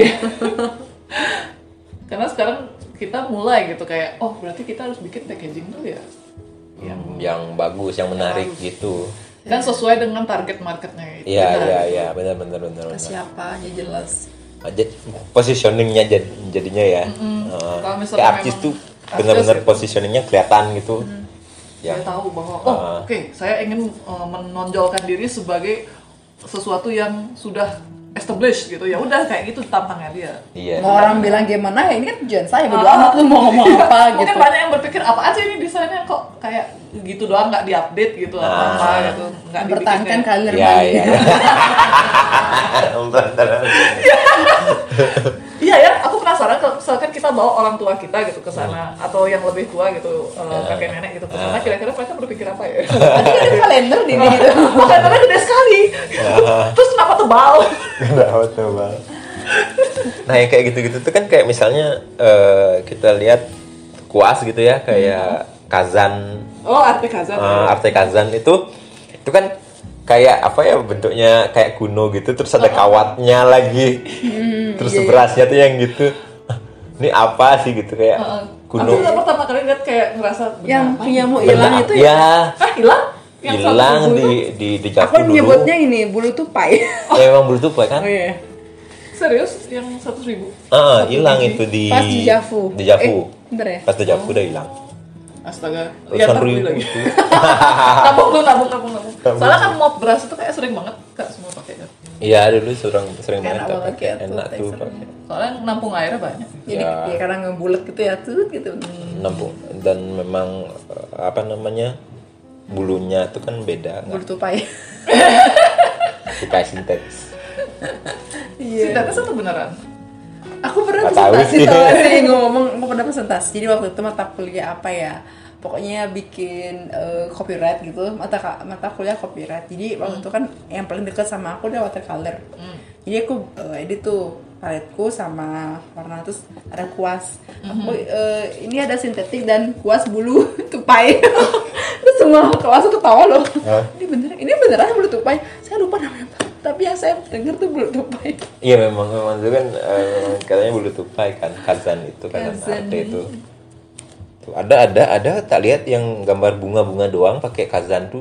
karena sekarang kita mulai gitu kayak oh berarti kita harus bikin packaging tuh ya yang yang bagus yang menarik gitu. dan sesuai dengan target marketnya itu. Iya Benar. iya iya benar benar benar benar. Siapa aja jelas. Aja positioningnya jad- jadinya ya. Uh, Kalau misalnya kayak artis memang tuh artis benar-benar itu. positioningnya kelihatan gitu. Dia Ya. tahu bahwa oh Ah. oke saya ingin uh, menonjolkan diri sebagai sesuatu yang sudah established gitu ya udah kayak gitu tampangnya dia. Iya. Mau orang bilang gimana ya ini kan tujuan saya bodo amat lu mau ngomong apa Mungkin gitu. banyak yang berpikir apa aja ini desainnya kok kayak gitu doang nggak diupdate gitu apa apa Ah. gitu nggak dibikin Mempertahankan kayak- kalender Iya Bali. iya. Mempertahankan. Iya ya, aku penasaran kalau misalkan kita bawa orang tua kita gitu ke sana atau yang lebih tua gitu, eh, kakek nenek gitu ke sana, kira-kira mereka berpikir apa ya? Tadi kan ada kalender di sini gitu. Kalendernya gede sekali. Terus kenapa tebal? Kenapa tuh bang? Nah yang kayak gitu-gitu tuh kan kayak misalnya eh, kita lihat kuas gitu ya kayak Kazan, Oh, arti Kazan. eh, Arte Kazan itu itu kan kayak apa ya bentuknya kayak kuno gitu terus ada kawatnya lagi terus seberasnya tuh yang gitu ini apa sih gitu kayak Aku kuno juga pertama kali lihat kayak ngerasa Yang benar. punya mau hilang Benar, itu ya. ya Ah, hilang? Yang hilang seratus ribu di itu? di di Aku Javu dulu nyebutnya ini bulu tupai. ya emang bulu tupai kan Oh iya. Serius? Yang seratus ribu? ah hilang itu di Pas di Javu. di Javu Eh, bentar ya. pas di Javu udah hilang Astaga. Ya, ntar ratusan beli ribu lagi. itu Nabung tuh, nabung, nabung, nabung. Soalnya kan mop beras itu kayak sering banget Kak semua pakai kan. iya dulu sering sering Enak banget tuh banget pakai ya, tuh, enak tuh teksturnya. pakai Soalnya nampung airnya banyak. Jadi Ya. ya karena ngebulet gitu ya tuh gitu. Nampung dan memang eh, apa namanya bulunya itu kan beda Bulu nggak tupai. tupai sintetis. Iya. Sintetis atau beneran? Aku pernah Nggak tahu presentasi sih. tau gak sih ngomong aku pernah presentasi. Jadi waktu itu mata kuliah apa ya? Pokoknya bikin eh, copyright gitu, mata ka- mata kuliah copyright. Jadi waktu itu kan yang paling dekat sama aku dia watercolor. Jadi aku eh, edit tuh paletku sama warna terus ada kuas. Aku eh, ini ada sintetik dan kuas bulu tupai. Terus semua kelas tuh ketawa loh. Hah? Ini beneran, ini beneran bulu tupai. Saya lupa namanya apa. Tapi yang saya dengar tuh bulu tupai. Iya memang memang itu kan eh, katanya bulu tupai kan Kazan itu kan Kazan. arte itu. Tuh, ada ada ada tak lihat yang gambar bunga-bunga doang pakai Kazan tuh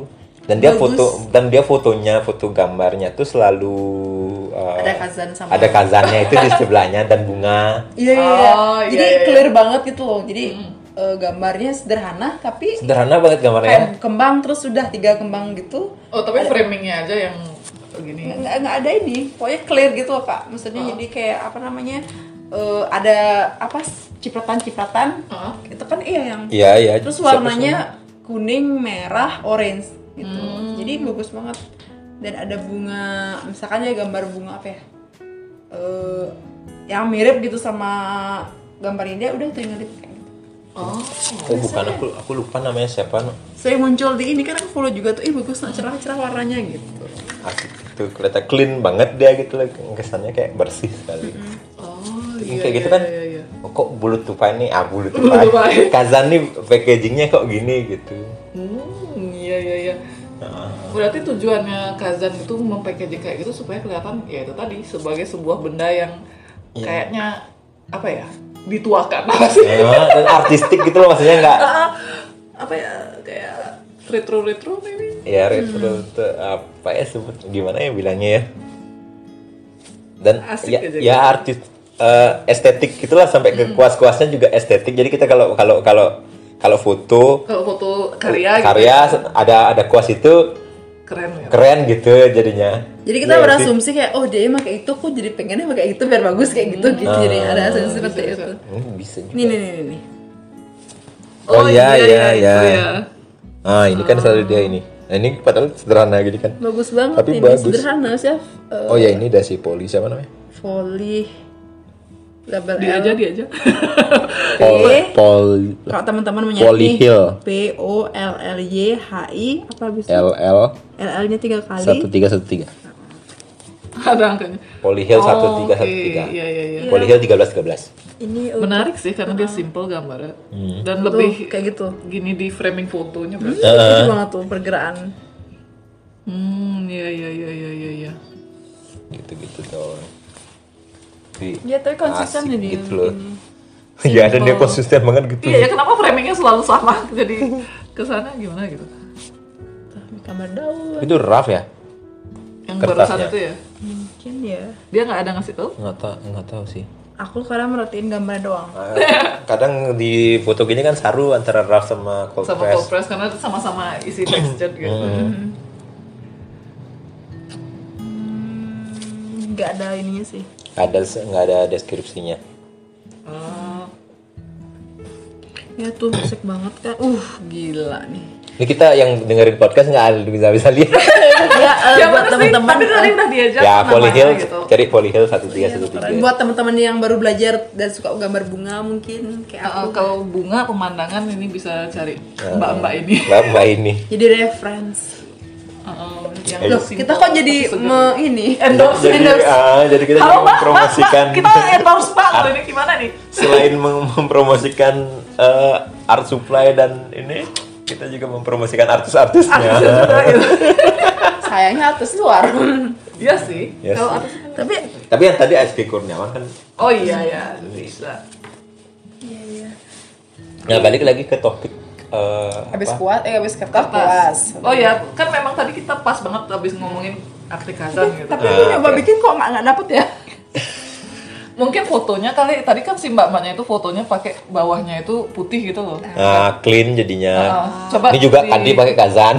Dan dia Bagus. foto dan dia fotonya, foto gambarnya tuh selalu uh, Ada kazan sama ada kazannya itu di sebelahnya dan bunga. Iya iya. iya. Oh, iya, Jadi iya. clear banget gitu loh. Jadi eh, gambarnya sederhana tapi Sederhana banget gambarnya. kayak kembang terus sudah tiga kembang gitu. Oh, tapi framingnya aja yang begini. Nggak nggak ada ini. Pokoknya clear gitu loh kak. Maksudnya Oh. jadi kayak apa namanya? eh, ada apa cipratan-cipratan. Heeh. Itu kan iya yang. Iya, iya. Terus Siapa warnanya kuning, merah, orange gitu. Jadi bagus banget. Dan ada bunga, misalkan ya gambar bunga apa ya? Eh, yang mirip gitu sama gambarnya dia udah tinggal di kayak gitu. Oh. Oh bukan, aku aku lupa namanya siapa. No. Saya muncul di ini kan aku follow juga tuh, ih bagus, nah, cerah-cerah warnanya gitu. Asik itu kelihatan clean banget dia gitu loh, kesannya kayak bersih sekali. Oh, Ini iya, kayak gitu iya, kan. iya, iya. Oh, kok bulut tupai nih? Ah bulut Bulut tupai. tupai. Kazan nih packagingnya kok gini gitu. Hmm, iya iya iya. Nah, Berarti tujuannya Kazan itu mempackaging kayak gitu supaya kelihatan ya itu tadi sebagai sebuah benda yang Iya. kayaknya apa ya? Dituakan apa sih? nah, dan artistik gitu loh maksudnya nggak. Apa ya? Kayak retro-retro maybe. Ya retro tuh apa ya sebut gimana ya bilangnya ya. Dan Asik ya, aja ya gitu. artis eh, estetik gitulah sampai ke kuas-kuasnya juga estetik. Jadi kita kalau kalau kalau kalau foto Kalau foto karya, karya gitu, ada ada kuas itu keren ya. keren gitu jadinya. Jadi kita Iya berasumsi kayak oh dia pakai itu, kok jadi pengennya pakai itu biar bagus kayak gitu gitu. Jadi ada asumsi seperti bisa, itu. bisa. sih? Hmm, bisa juga. Nih nih nih nih, nih. Oh, iya, iya, itu iya. ya. Ah ini kan selalu dia ini. Nah ini padahal sederhana gitu kan. Bagus banget Tapi ini, bagus. sederhana sih. Eh, Oh ya ini dasi poli siapa namanya? Volley label Dia L. aja dia aja. Pol P. Pol Kalau teman-teman menyadari Polyhill. P O L L Y H I apa bisa? L L L L-nya tiga kali. satu tiga satu tiga. Ada angkanya. Polyhill satu tiga oke. satu tiga. Iya iya iya. Polyhill tiga belas tiga belas. Ini uh, Menarik sih karena dia simple gambarnya. Dan tuh, lebih kayak gitu. gini di framing fotonya berarti. Itu banget tuh pergerakan. Hmm, iya iya iya iya iya iya. Gitu-gitu tuh. Tapi Ya tapi konsisten asik jadi gitu loh. Ya dan dia konsisten banget gitu. Iya ya kenapa framingnya selalu sama jadi kesana gimana gitu? Kamar daun Itu rough ya? Yang Kertasnya. barusan itu ya? mungkin ya. Dia nggak ada ngasih tahu? Nggak tahu nggak tahu sih. Aku kadang merhatiin gambarnya doang. Kadang di foto gini kan saru antara rough sama cold Sama press. cold press karena sama-sama isi texture gitu. Nggak ada ininya sih. Ada nggak ada deskripsinya. Oh. Ya tuh musik banget kan. Uh gila nih. Ini kita yang dengerin podcast nggak ada bisa bisa lihat. Ya, eh, Ya buat bener sih, teman-teman. tapi tadi udah diajak Ya namanya Polyhill gitu. cari Polyhill satu tiga satu tiga. Buat teman-teman yang baru belajar dan suka gambar bunga mungkin kayak Uh, aku. kalau bunga pemandangan ini bisa cari mbak-mbak ini. Mbak Mbak ini. Jadi reference. Uh, yang Loh, simple kita kok jadi tapi segar. me, ini endorse Jadi endorse. ah, jadi kita Halo juga mbak, mempromosikan mbak, kita endorse mbak. Loh, ini gimana nih? selain mem- mempromosikan eh, art supply dan ini kita juga mempromosikan artis-artisnya. sayangnya artis luar. Iya sih. Iya Kalau sih. atas kan. Tapi Tapi yang tadi S P Kurniawan kan. Oh iya ya, bisa. iya iya. Nah balik lagi ke topik. eh, Habis apa? kuat, eh habis kertas Kertas. puas. Oh ya, kan memang tadi kita pas banget habis ngomongin akte Kazan gitu. Tapi aku Ah, nyoba oke. bikin kok nggak nggak dapet ya. Mungkin fotonya kali tadi kan si mbak-mbaknya itu fotonya pakai bawahnya itu putih gitu loh. Nah, clean jadinya. Ah, coba Ini juga di- Kandi pakai kazan.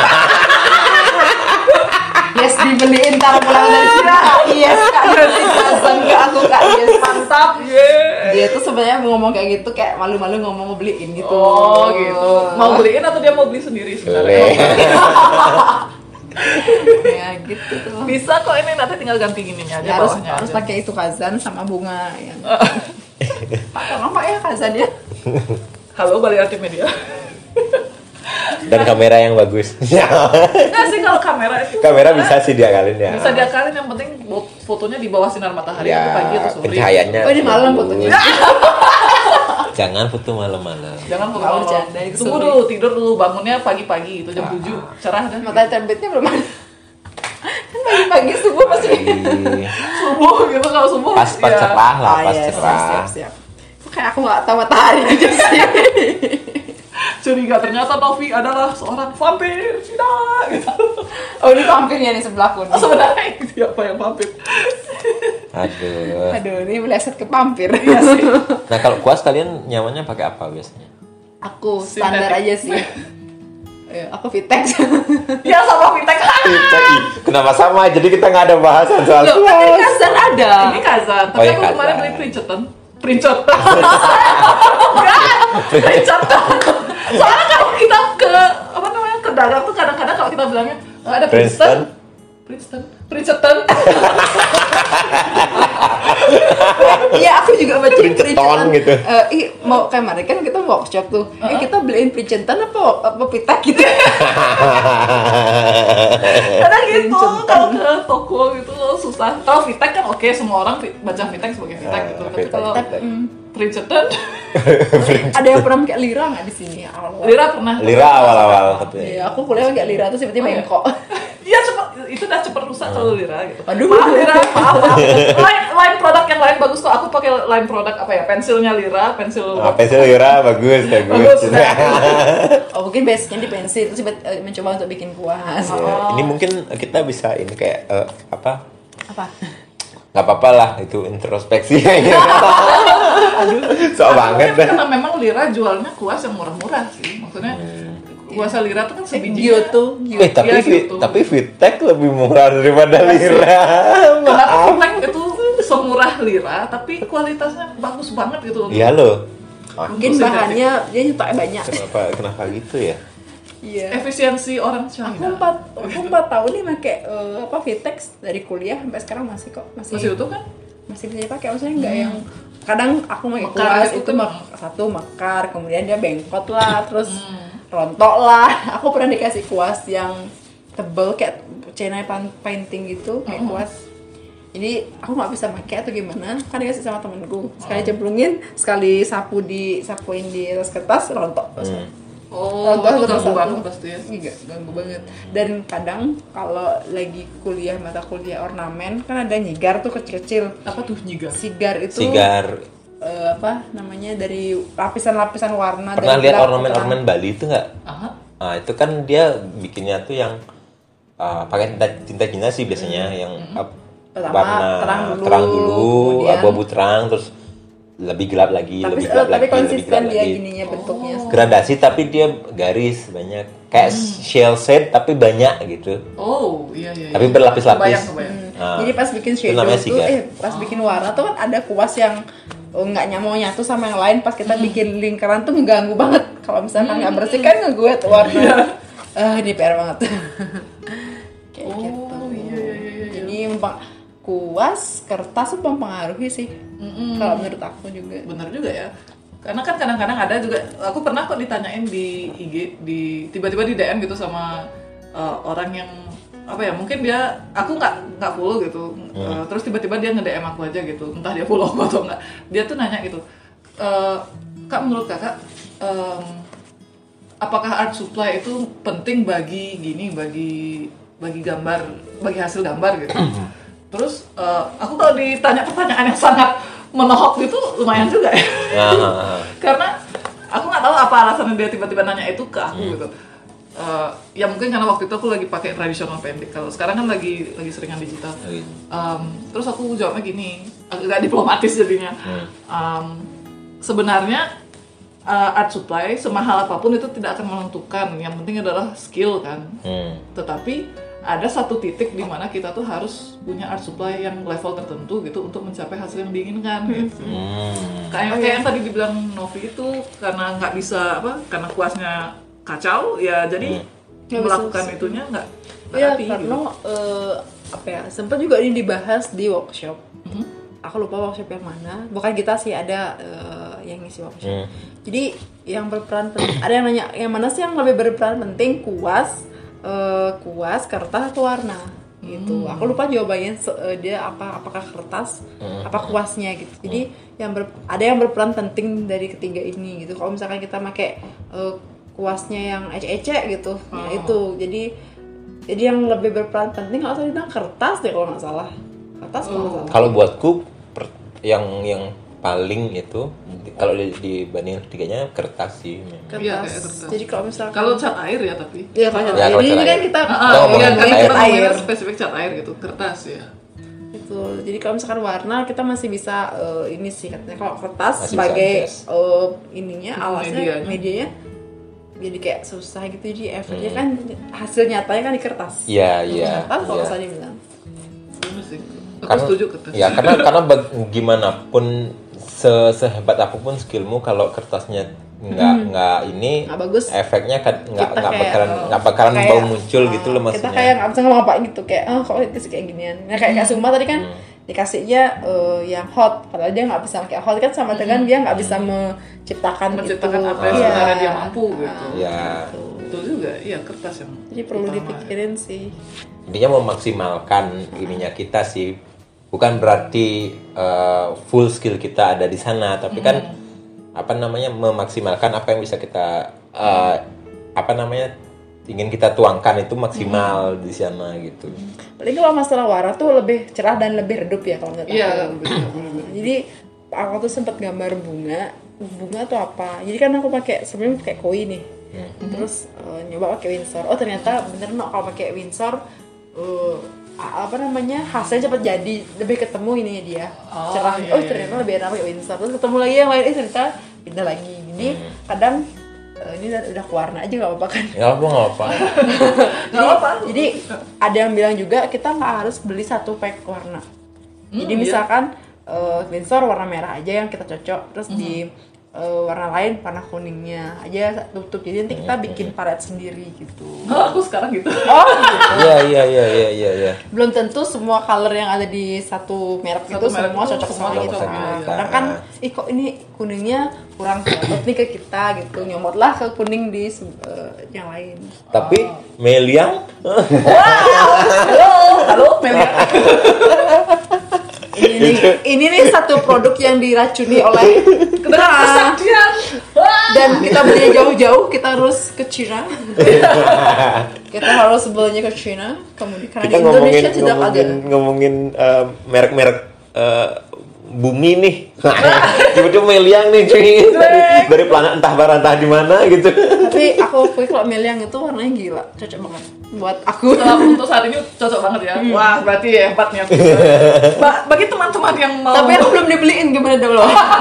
Yes, dibeliin taruh pulang dari sini. Yes, kak berarti kazan ke aku kak. Yes, mantap. Dia tuh sebenarnya mau ngomong kayak gitu kayak malu-malu ngomong mau beliin gitu. Oh gitu. Mau beliin atau dia mau beli sendiri sebenarnya? Boleh. Ya gitu tuh. Bisa kok ini nanti tinggal ganti gininya aja Ya, harus bawahnya harus aja. pakai itu kazan sama bunga yang. Pak tolong pak ya kazan ya. Halo Bali Arti Media. Dan kamera yang bagus. Enggak sih kalau kamera itu Kamera bisa sih diakalin ya. bisa diakalin, yang penting bo- fotonya di bawah sinar matahari Ya, itu pagi atau sore. pencahayaannya. Oh ini malam bagus. fotonya. Jangan foto malam-malam. Jangan foto Nggak malam. bercanda, itu Tunggu sore. dulu, tidur dulu, bangunnya pagi-pagi itu jam tujuh. Cerah dah. Matahari terbitnya belum ada. Kan pagi-pagi subuh pasti. Jadi, Subuh gitu, kalau subuh. pas pas ya. cerah lah, Ah, pas iya, cerah. siap, siap. Kok kayak aku nggak tahu matahari aja sih. curiga ternyata Novi adalah seorang vampir. Tidak gitu. Oh ini vampirnya nih sebelahku nih. Sebenarnya siapa yang vampir? Aduh. Aduh ini meleset ke vampir. Iya sih. Nah kalau kuas kalian nyamannya pakai apa biasanya? Aku standar Sintetik. aja sih. Eh, aku Vitex. Ya sama Vitek. Kita, ih, kenapa sama? Jadi kita nggak ada bahasan soal Loh, kan ini kuas. Kazan ada. Ini Kazan, tapi Oh, ya, aku kemarin Kazan. beli Princeton. Princeton. Enggak, Princeton. Soalnya kalau kita ke apa namanya ke dagang tuh kadang-kadang kalau kita bilangnya "Oh, ada Princeton, Princeton, Princeton. Iya aku juga baca Princeton gitu. Eh, ih, mau kayak kemarin kan kita workshop tuh. Eh kita beliin Princeton apa apa Vitex gitu. Kadang gitu Princeton. kalau ke toko gitu susah. Kalau Vitek kan oke, semua orang vi- baca Vitek sebagai Vitek Ah, gitu. Tapi Vitek, kalau Vitek, mm. Princeton, Ada yang pernah pakai lira nggak di sini awal-awal? Lira pernah. Lira awal-awal tapi. Iya, aku kuliah pakai lira terus tiba-tiba Oh, iya. bengkok. Iya cepet, itu udah cepet rusak kalau Lira gitu. Aduh. Maaf Lira, maaf, maaf. Lain, lain produk yang lain bagus kok. Aku pakai lain produk apa ya? Pensilnya Lira, pensil. Ah, pensil Lira bagus, Bagus, bagus. ya. Oh mungkin base-nya di pensil terus tiba- eh, mencoba untuk bikin kuas. Oh. Ini mungkin kita bisa ini kayak eh, apa? Apa? Nggak apa-apa lah itu introspeksi aja. Sok banget Mungkin dah. karena memang Lira jualnya kuas yang murah-murah sih. Maksudnya kuasa Lira tuh kan sebiji. Gyoto, Eh tapi Iya, Vi- gitu. tapi Vitek lebih murah daripada Lira. Kenapa Maaf. Vitek itu semurah Lira tapi kualitasnya bagus banget gitu. Iya loh. Ah, Mungkin Terus bahannya dia nyetoknya banyak. kenapa kenapa gitu ya? Iya. Efisiensi orang Aku China. empat, aku empat tahun nih pakai eh, apa Vitex dari kuliah sampai sekarang masih kok masih Masih utuh kan? masih bisa dipakai. Maksudnya nggak yang kadang aku pakai Mekar kuas gitu itu kan? mek- satu mekar, kemudian dia bengkot lah, terus rontok lah. Aku pernah dikasih kuas yang tebel kayak China pan- painting gitu kayak kuas. Jadi aku nggak bisa pakai atau gimana, kan dikasih sama temenku. Sekali cemplungin, sekali sapu di sapuin di atas kertas rontok. Hmm. Oh, Rontok itu terus ganggu satu. banget pasti ya. Iya, ganggu banget. Dan kadang kalau lagi kuliah mata kuliah ornamen kan ada nyigar tuh kecil-kecil. Apa tuh nyiga? Sigar itu Sigar. eh, apa namanya dari lapisan-lapisan warna. Pernah dari lihat gelap ke ornamen-ornamen Bali itu nggak? Aha. Nah, itu kan dia bikinnya tuh yang uh, pakai tinta tinta Cina sih biasanya yang uh, Pertama, warna terang dulu, terang dulu, kemudian- abu-abu terang, terus lebih gelap lagi, Tapi, lebih eh, gelap tapi lagi, lebih konsisten gelap dia lagi. gininya bentuknya. Gradasi tapi dia garis banyak, kayak shell shade tapi banyak gitu. Oh, iya iya. iya. Tapi berlapis-lapis. Kebayang, kebayang. Nah, Jadi pas bikin itu shadow namanya tuh, sigar. eh pas bikin warna tuh kan ada kuas yang oh, nggak nyamuk nyatu sama yang lain. Pas kita bikin lingkaran tuh mengganggu banget. Kalau misalnya nggak bersih kan ngeguet warna. Ah ini P R banget. Kayak Oh, gitu. iya iya iya. iya. Jadi memang kuas kertas tuh mempengaruhi sih. Kalau menurut aku juga. Bener juga ya. Karena kan kadang-kadang ada juga, aku pernah kok ditanyain di I G, di tiba-tiba di D M gitu sama uh, orang yang apa ya, mungkin dia aku nggak nggak follow gitu, uh, terus tiba-tiba dia nge-D M aku aja gitu, entah dia follow aku atau enggak, dia tuh nanya gitu, "Uh, Kak menurut kakak um, apakah art supply itu penting bagi gini, bagi bagi gambar, bagi hasil gambar gitu?" Terus uh, aku kalau ditanya pertanyaan yang sangat menohok gitu lumayan juga ya. Nah, Karena aku nggak tahu apa alasannya dia tiba-tiba nanya itu ke aku gitu. Uh, ya mungkin karena waktu itu aku lagi pakai tradisional pendek. Kalau sekarang kan lagi lagi seringan digital. Um, terus aku jawabnya gini, agak diplomatis jadinya. Um, sebenarnya uh, art supply semahal apapun itu tidak akan menentukan. Yang penting adalah skill kan. hmm. Tetapi ada satu titik di mana kita tuh harus punya art supply yang level tertentu gitu untuk mencapai hasil yang diinginkan gitu. Hmm. Kayak kayak yang tadi dibilang Novi itu karena nggak bisa apa, karena kuasnya kacau ya jadi Nggak bisa melakukan usaha. itunya nggak nggak Ya rapi, karena gitu. eh, apa ya sempat juga ini dibahas di workshop. Mhm. Aku lupa workshop yang mana. Bukan kita sih ada eh, yang ngisi workshop. Hmm. Jadi yang berperan penting ada yang nanya yang mana sih yang lebih berperan penting kuas, eh, kuas, kertas atau warna gitu. Aku lupa jawabannya se- eh, dia apa apakah kertas, apa kuasnya gitu. Jadi yang ber- ada yang berperan penting dari ketiga ini gitu. Kalau misalkan kita pakai eh, kuasnya yang ecek-ecek gitu, ya itu. Jadi jadi yang lebih berperan penting kalau saya bilang kertas deh kalau nggak salah. Kertas kalau nggak salah. Kalau buatku per- yang yang paling itu kalau di- dibanding tiganya kertas sih. Kertas. Iya, kayak kertas. Jadi kalau misalkan Kalau cat air ya tapi. Iya kalau cat Ya, air. kalau Ini cat kan air. kita Ah, Kita iya, ngomongin kan cat kita air. ngomongin spesifik cat air gitu, kertas ya. Itu. Jadi kalau misalkan warna kita masih bisa eh, ini sih katanya kalau kertas Masih sebagai bisa eh, ininya alasnya Medianya. medianya jadi kayak susah gitu jadi efeknya kan hasil nyatanya kan di kertas. Iya, iya. Kertas kalau iya. saya bilang. Bener sih. Aku Karena- setuju kertas. Ya karena karena bag- gimana pun se- sehebat apapun skillmu kalau kertasnya nggak nggak ini Nggak bagus. efeknya kan nggak Kita nggak kayak, bakalan oh, nggak bakalan kayak, bau muncul ah, gitu loh Kita maksudnya. kayak nggak bisa ngomong apa gitu kayak oh kok itu kayak ginian. Nah kayak kayak Suma tadi kan dikasihnya eh, yang hot padahal dia nggak bisa pakai hot kan sama dengan dia nggak bisa menciptakan Menciptakan itu. apa yang Iya. sebenarnya dia mampu gitu. Ya Betul juga. Iya, kertas yang. Jadi perlu utama. dipikirin sih. intinya memaksimalkan ininya kita sih, bukan berarti uh, full skill kita ada di sana, tapi kan apa namanya memaksimalkan apa yang bisa kita uh, apa namanya ingin kita tuangkan itu maksimal di sana gitu. Paling kalau masalah warna tuh lebih cerah dan lebih redup ya kalau menurut Iya, aku. betul. Jadi aku tuh sempat gambar bunga, bunga tuh apa? Jadi kan aku pakai sebelum pakai koi nih, terus eh, nyoba pakai Windsor. Oh ternyata bener no kalau pakai Windsor eh, apa namanya hasilnya cepat jadi, lebih ketemu ininya dia Oh, cerah. iya, oh iya, ternyata lebih enak pakai Windsor. Terus ketemu lagi yang lain, eh ternyata beda lagi. Jadi kadang eh, ini udah, udah kewarna aja nggak apa-apa kan. Nggak apa nggak apa. Nggak apa. Jadi ada yang bilang juga kita nggak harus beli satu pack warna. Jadi iya. misalkan uh, Windsor warna merah aja yang kita cocok, terus di uh, warna lain warna kuningnya aja tutup. Jadi nanti kita bikin palet sendiri gitu. Oh, aku sekarang gitu. Oh, gitu. Iya iya iya iya iya. Ya. Belum tentu semua color yang ada di satu merek Satu itu merek semua itu cocok semua sama cocok kita. sama kita. Kadang kan, ih kok ini kuningnya kurang cocok nih ke kita gitu. Nyomotlah ke kuning di uh, yang lain. Tapi Meliang Halo, halo, Melia. Ini nih, ini nih satu produk yang diracuni oleh Dengan kesaktian. Wah. dan kita belinya jauh-jauh, kita harus ke Cina. Kita harus belinya ke Cina, kemudian karena kita di ngomongin Indonesia tidak ngomongin ada. ngomongin uh, merek-merek uh, bumi nih. Tiba-tiba Meliang nih cuy dari, dari planet entah bara entah di mana gitu. Tapi aku akui kalau Meliang itu warnanya gila, cocok banget buat aku. Setelah untuk saat ini cocok banget ya. Wah, berarti hebat nih aku. Ba- bagi teman-teman yang mau Tapi aku belum dibeliin, gimana dong lo?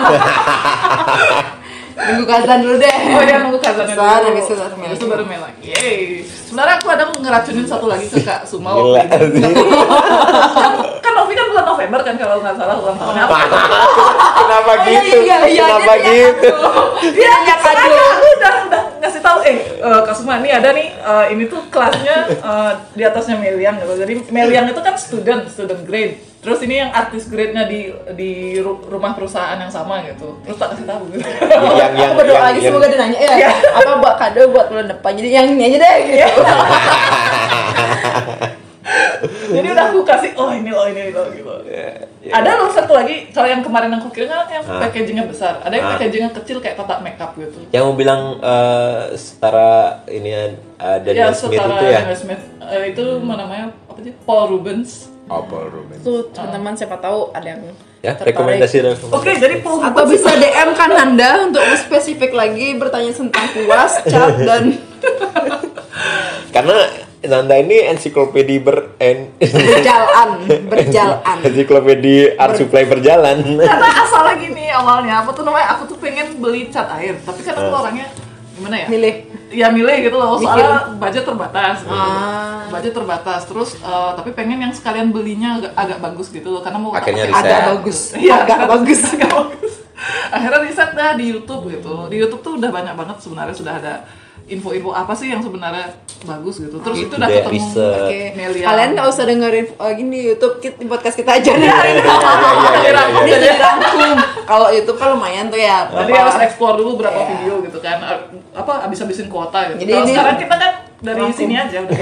Nunggu kazan dulu deh. Oh ya, nunggu kazannya Kazan, dulu. habis itu baru Habis itu baru Melang. Yeay. Sebenarnya aku ada ngeracunin satu lagi ke Kak Suma Gila. waktu itu. Kan Novi kan bulan November kan kalau nggak salah ulang tahunnya apa? Kenapa Oh, iya, gitu? iya, iya, Kenapa iya, gitu? Dia Hanya kado. sengaja aku udah udah ngasih tahu eh eh, Kak Suma ini ada nih eh, ini tuh kelasnya eh, di atasnya Meliang gitu. Jadi Meliang itu kan student, student grade. Terus ini yang artis grade-nya di di ru- rumah perusahaan yang sama gitu. Terus tak kasih tahu gitu. yang yang Aku berdoa yang- lagi yang- semoga dia nanya ya apa buat kado buat bulan depan. Jadi yang ini aja deh gitu. Jadi udah aku kasih oh ini loh ini loh gitu. Ya, ya. Ada loh satu lagi kalau yang kemarin aku kirim kan yang Ah. packagingnya besar. Ada yang Ah. packagingnya kecil kayak kotak makeup gitu. Yang mau bilang uh, setara ini uh, Daniel Smith setara itu ya? Daniel Smith. Eh, itu namanya apa sih? Paul Rubens. Oh, Paul Rubens. Tuh teman-teman siapa tahu ada yang Ya, tertarik. rekomendasi rekomendasi. Oke, jadi Paul Atau Rubens bisa D M kan Anda untuk spesifik lagi bertanya tentang kuas, cat dan Karena Nanda ini ensiklopedi ber en, berjalan, berjalan. ensiklopedi art supply berjalan. karena asalnya gini awalnya apa tuh namanya aku tuh pengen beli cat air tapi kan aku orangnya gimana ya Milih. ya milih gitu loh Mikir. soalnya budget terbatas gitu. Ah. budget terbatas terus eh, tapi pengen yang sekalian belinya agak, agak bagus gitu loh karena mau Akhirnya pakai- riset. Agak bagus. Iya, Agak bagus. agak bagus. Akhirnya riset dah di YouTube gitu. Di YouTube tuh udah banyak banget sebenarnya sudah ada info-info apa sih yang sebenarnya bagus gitu. Terus Itu itu udah deh, ketemu riset. Oke. Melia. Kalian nggak usah dengerin oh, gini YouTube kita, podcast kita aja nih. iya, iya, iya, Ini dirangkum. Kalau YouTube kan lumayan tuh ya. Jadi berapa- harus explore dulu berapa Iya. video gitu kan. Apa abis-abisin kuota gitu. Jadi Kalau ini- sekarang kita kan dari Rangkum. sini aja udah.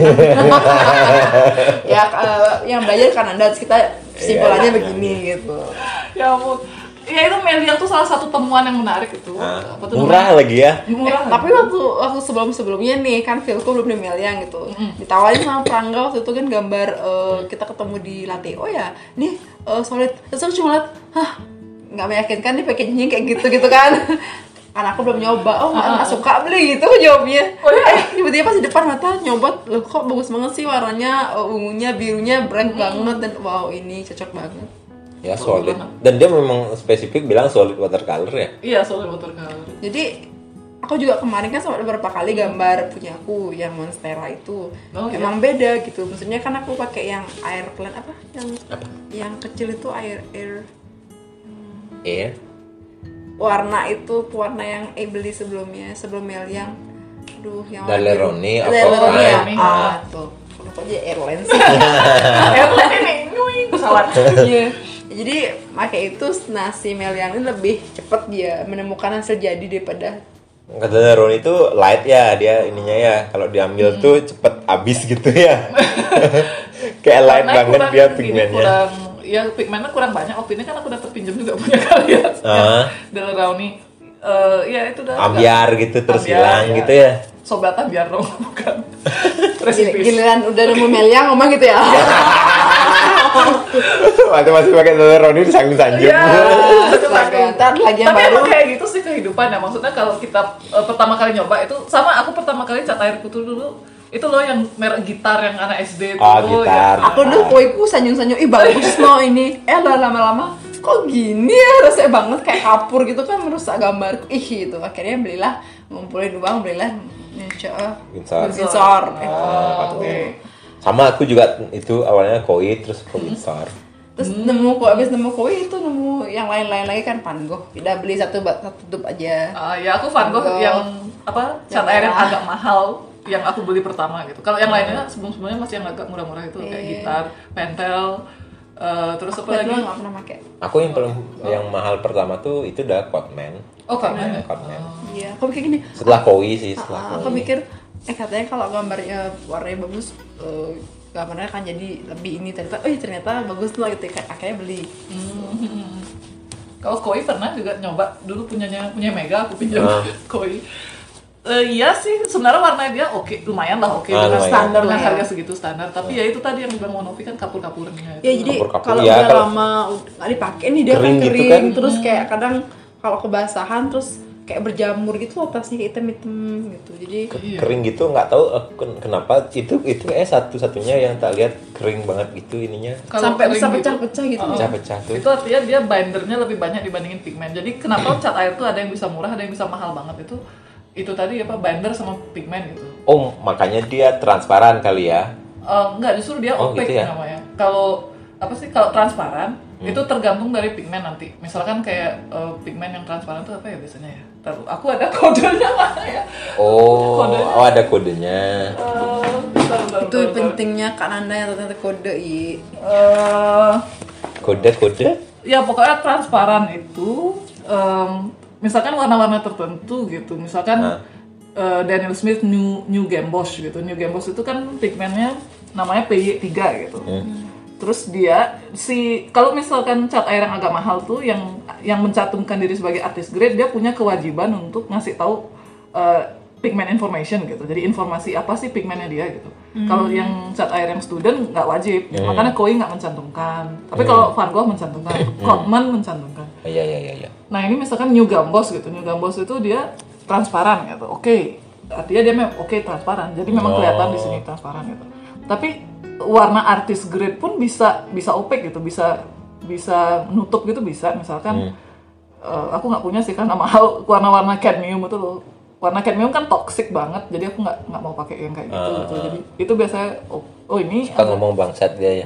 ya eh, yang belajar kan Anda kita kesimpulannya Iya, iya, begini gitu. Ya ampun. Ya itu Melia tuh salah satu temuan yang menarik itu. Nah, Apa tuh murah namanya? lagi ya. Murah. Eh, tapi waktu waktu sebelum sebelumnya nih kan Philco belum di Meliang gitu, ditawarin sama Prangga waktu itu kan gambar eh, kita ketemu di Latte. Oh ya, nih eh, solid. Terus aku cuma liat, hah nggak meyakinkan nih packagingnya kayak gitu gitu kan. Karena aku belum nyoba, oh nggak suka beli gitu jawabnya. Oh, ya? Eh tiba-tiba pas di depan mata nyoba, loh kok bagus banget sih warnanya, ungunya, birunya, bright hmm. banget dan wow ini cocok banget. Ya solid. Dan dia memang spesifik bilang solid watercolor ya? Iya solid watercolor. Jadi aku juga kemarin kan sempat beberapa kali gambar punya aku yang Monstera itu, oh, emang iya? Beda gitu. Maksudnya kan aku pakai yang air plant apa? Yang apa? Yang kecil itu air air. Air. Warna itu warna yang eh beli sebelumnya sebelum Mel yang aduh yang Daleroni apa Daleroni ya ah tuh kok aja airline sih airline ini nyuing pesawat yeah. Jadi pakai itu nasi Mel yang ini lebih cepat dia menemukan hasil jadi daripada kata Daleroni itu light ya dia ininya ya kalau diambil hmm. tuh cepet habis gitu ya kayak light karena banget dia pigmennya ya pigmennya kurang banyak. Waktu ini kan aku udah terpinjam juga punya kalian. Uh. Daleroni uh, ya itu udah ambiar agak, gitu terus hilang ya. Gitu ya. Sobat ambiar dong bukan. Giliran udah nemu Melia ngomong gitu ya. Waktu masih pakai Daleroni disanjung-sanjung. Ya, ntar lagi yang tapi baru. Tapi kayak gitu sih kehidupan ya. Maksudnya kalau kita uh, pertama kali nyoba itu sama aku pertama kali cat air putih dulu. Itu loh yang merek gitar yang anak S D itu. Oh, gitar. Ya. Aku dulu koiku sanjung-sanjung, ih bagus no ini. Eh lama-lama kok gini ya rasanya banget kayak kapur gitu kan merusak gambarku. Ih itu akhirnya belilah ngumpulin uang belilah nyoba Winsor. Oh, oke. Sama aku juga itu awalnya koi terus ke Winsor. Terus hmm. nemu kok abis nemu koi itu nemu yang lain-lain lagi kan Van Gogh. Udah beli satu satu tutup aja. Uh, ya aku Van Gogh yang apa cat air yang agak mahal. Yang aku beli pertama gitu. Kalau yang lainnya sebelum-sebelumnya masih yang agak murah-murah itu kayak gitar, pentel, uh, terus apa lagi? Aku nggak pernah pakai. Aku yang paling oh. yang mahal pertama tuh itu udah Cotman. Oh Cotman. Cotman. Iya, aku pikir gini. Setelah koi sih, setelah uh, koi. Aku pikir eh katanya kalau gambarnya warnanya bagus, uh, gambarnya akan jadi lebih ini ternyata. Oh iya ternyata bagus tuh gitu. Akhirnya beli. Hmm. Kalau koi pernah juga nyoba dulu punyanya punya Mega aku pinjam uh. koi. Uh, iya sih, sebenarnya warnanya dia oke, okay, lumayan lah oke okay, ah, dengan standar dengan harga segitu standar. Tapi ya itu tadi yang dibilang Monovi kan kapur-kapurnya. Ya jadi kapur-kapur, kalau ya, udah kalau lama nggak dipakai nih dia kering kan kering, gitu kan? Terus kayak kadang kalau kebasahan terus kayak berjamur gitu atasnya kayak hitam-hitam gitu. Jadi Ke- kering gitu nggak tahu kenapa itu itu kayak satu-satunya yang tak lihat kering banget gitu ininya. Kalo sampai bisa pecah-pecah gitu. Oh, pecah-pecah tuh. Itu artinya dia bindernya lebih banyak dibandingin pigmen. Jadi kenapa cat air tuh ada yang bisa murah, ada yang bisa mahal banget itu. Itu tadi apa binder sama pigmen gitu. Oh, makanya dia transparan kali ya? Uh, enggak, justru dia oh, opaque gitu ya? namanya. Kalau apa sih kalau transparan hmm. itu tergantung dari pigmen nanti. Misalkan kayak uh, pigmen yang transparan itu apa ya biasanya ya? Taruh, aku ada kodenya mana ya? Oh, kodenya. oh ada kodenya. Uh, bentar, bentar, itu bentar, pentingnya Kak Nanda yang ternyata kode i. Uh, kode kode? Ya pokoknya transparan itu. Um, Misalkan warna-warna tertentu gitu, misalkan nah. uh, Daniel Smith New New Gambosh gitu, New Gambosh itu kan pigmennya namanya P Y tiga gitu. Hmm. Terus dia si kalau misalkan cat air yang agak mahal tuh, yang yang mencantumkan diri sebagai artist grade, dia punya kewajiban untuk ngasih tahu uh, pigment information gitu. Jadi informasi apa sih pigmennya dia gitu. Hmm. Kalau yang cat air yang student nggak wajib, hmm. makanya Koi nggak mencantumkan. Tapi hmm. kalau Van Gogh mencantumkan, Cotman mencantumkan. Iya iya iya. Nah ini misalkan New Gambosh gitu, New Gambosh itu dia transparan gitu, oke, okay. Artinya dia memang oke okay, transparan, jadi memang oh. kelihatan di sini transparan gitu. Tapi warna artist grade pun bisa bisa opaque gitu, bisa bisa nutup gitu bisa, misalkan hmm. uh, aku nggak punya sih karena mahal warna-warna cadmium itu loh. Warna cadmium kan toxic banget, jadi aku nggak nggak mau pakai yang kayak gitu, uh, gitu. Jadi itu biasanya oh, oh ini suka ada... ngomong bangsat dia ya.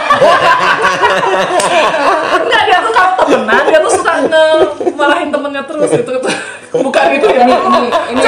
Enggak, dia tuh kalau temenan dia tuh suka nge-marahin temennya terus gitu gitu. Bukan itu ya. Ini ini ini.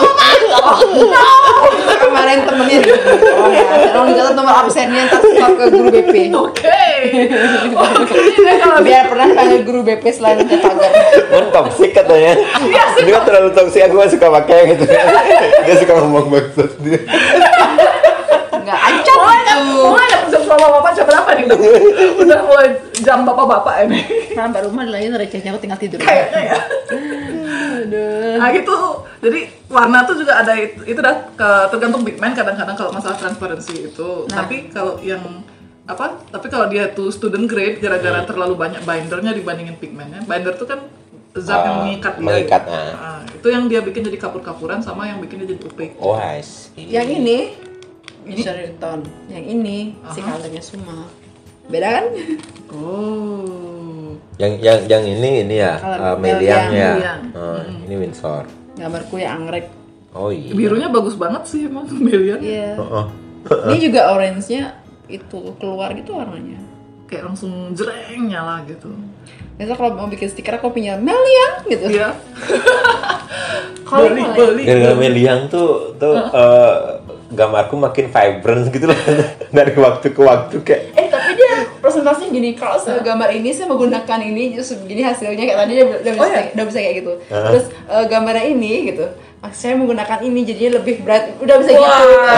Suka marahin temennya gitu. Oh ya, sekarang dicatat nomor absennya ntar suka ke guru B P. Oke. Oke. Biar pernah panggil guru B P selain ke pagar. Kan toxic katanya. Dia kan terlalu toxic, aku gak suka pakai gitu. Dia suka ngomong bangsat dia. Enggak ancam itu. Mulai ya jam bapak-bapak jam berapa nih? Udah, udah mulai jam bapak-bapak ini. Kan baru mah lain recehnya aku tinggal tidur. Kayaknya ya. Aduh. Nah gitu. Jadi warna tuh juga ada itu, itu dah ke, tergantung pigmen kadang-kadang kalau masalah transparansi itu. Nah. Tapi kalau yang apa? Tapi kalau dia tuh student grade gara-gara terlalu banyak bindernya dibandingin pigmentnya. Binder tuh kan zat yang Ah, mengikat dia. mengikat, gitu. ah. Nah, itu yang dia bikin jadi kapur-kapuran sama yang bikin dia jadi opaque. Oh, I see. Yang ini Sheraton, yang ini si Aha. colornya Suma. Beda kan? Oh. Yang yang yang ini ini ya, Kalau uh, Meliang ya. Meliang. Oh, ini Windsor. Gambarku yang anggrek. Oh iya. Birunya bagus banget sih emang Melian. Iya. Oh, oh. Ini juga orange-nya itu keluar gitu warnanya. Kayak langsung jreng nyala gitu. Biasa kalau mau bikin stiker aku punya Meliang gitu. Iya. Kalau beli Meliang- beli. Gara-gara Meliang tuh tuh uh, gambarku makin vibrant gitu loh dari waktu ke waktu kayak. Eh tapi dia presentasinya gini, kalau saya gambar ini saya menggunakan ini terus begini hasilnya kayak tadi dia udah bisa, Oh, iya? kayak, udah bisa kayak gitu. Terus eh, gambarnya ini gitu. Saya menggunakan ini jadinya lebih bright, udah bisa gitu.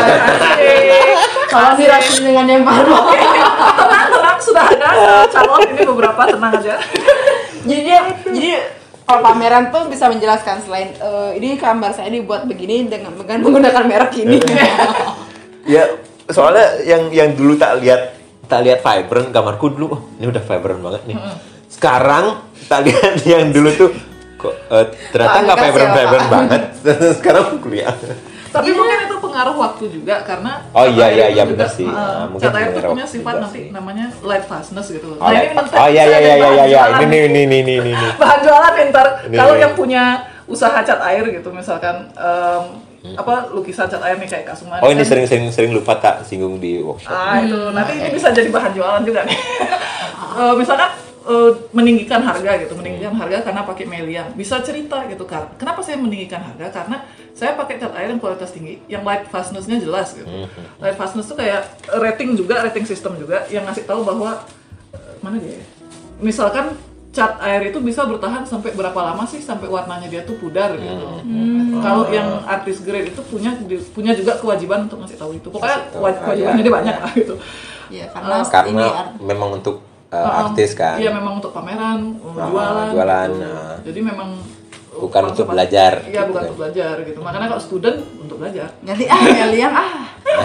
Kalau dirasa dengan yang baru. Tenang tenang sudah ada calon ini beberapa tenang aja. Jadi dia, jadi kalau pameran tuh bisa menjelaskan selain eh, ini gambar saya dibuat begini dengan dengan menggunakan merek ini. Ya, soalnya yang yang dulu tak lihat tak lihat vibrant gambarku dulu, oh, ini udah vibrant banget nih. Sekarang tak lihat yang dulu tuh kok eh, ternyata Oh, nggak aplikasi vibrant apa? vibrant banget. Sekarang kuliah. Tapi Iya. mungkin itu pengaruh waktu juga karena Oh, cat iya, air iya, itu iya, juga, benar sih. uh, Ah, mungkin cat air itu pengaruh punya waktu sifat juga nanti sih. namanya light fastness gitu. Oh, light ini fast. nanti Oh iya saya iya ada iya bahan iya iya. jualan Ini nih. ini ini ini ini. ini. Bahan jualan nih, ntar Ini, kalau ini. yang punya usaha cat air gitu misalkan em, apa lukisan cat air nih kayak Kak Suma. Oh ini kan- sering sering sering lupa tak singgung di workshop. Ah itu nanti ini bisa jadi bahan jualan juga nih. Eh, misalkan eh, meninggikan harga gitu, meninggikan harga karena pakai Melian. Bisa cerita gitu kan. Kenapa saya meninggikan harga? Karena saya pakai cat air yang kualitas tinggi, yang light fastness-nya jelas gitu. Light fastness tuh kayak rating juga, rating system juga yang ngasih tahu bahwa eh, mana dia? ya? Misalkan cat air itu bisa bertahan sampai berapa lama sih sampai warnanya dia tuh pudar gitu. Kalau yang artist grade itu punya punya juga kewajiban untuk ngasih tahu itu. Pokoknya Ngasih tahu. waj- kewajibannya Ah, dia iya. banyak lah gitu. Iya, karena ini Karena art- memang untuk uh, Uh, artis kan. Iya memang untuk pameran, uh, Ah, jualan. jualan, gitu. ah. Jadi memang uh, Bukan untuk konsep- belajar, Iya gitu bukan kan. untuk belajar gitu. Makanya kalau student untuk belajar. ganti ah Meliang ah.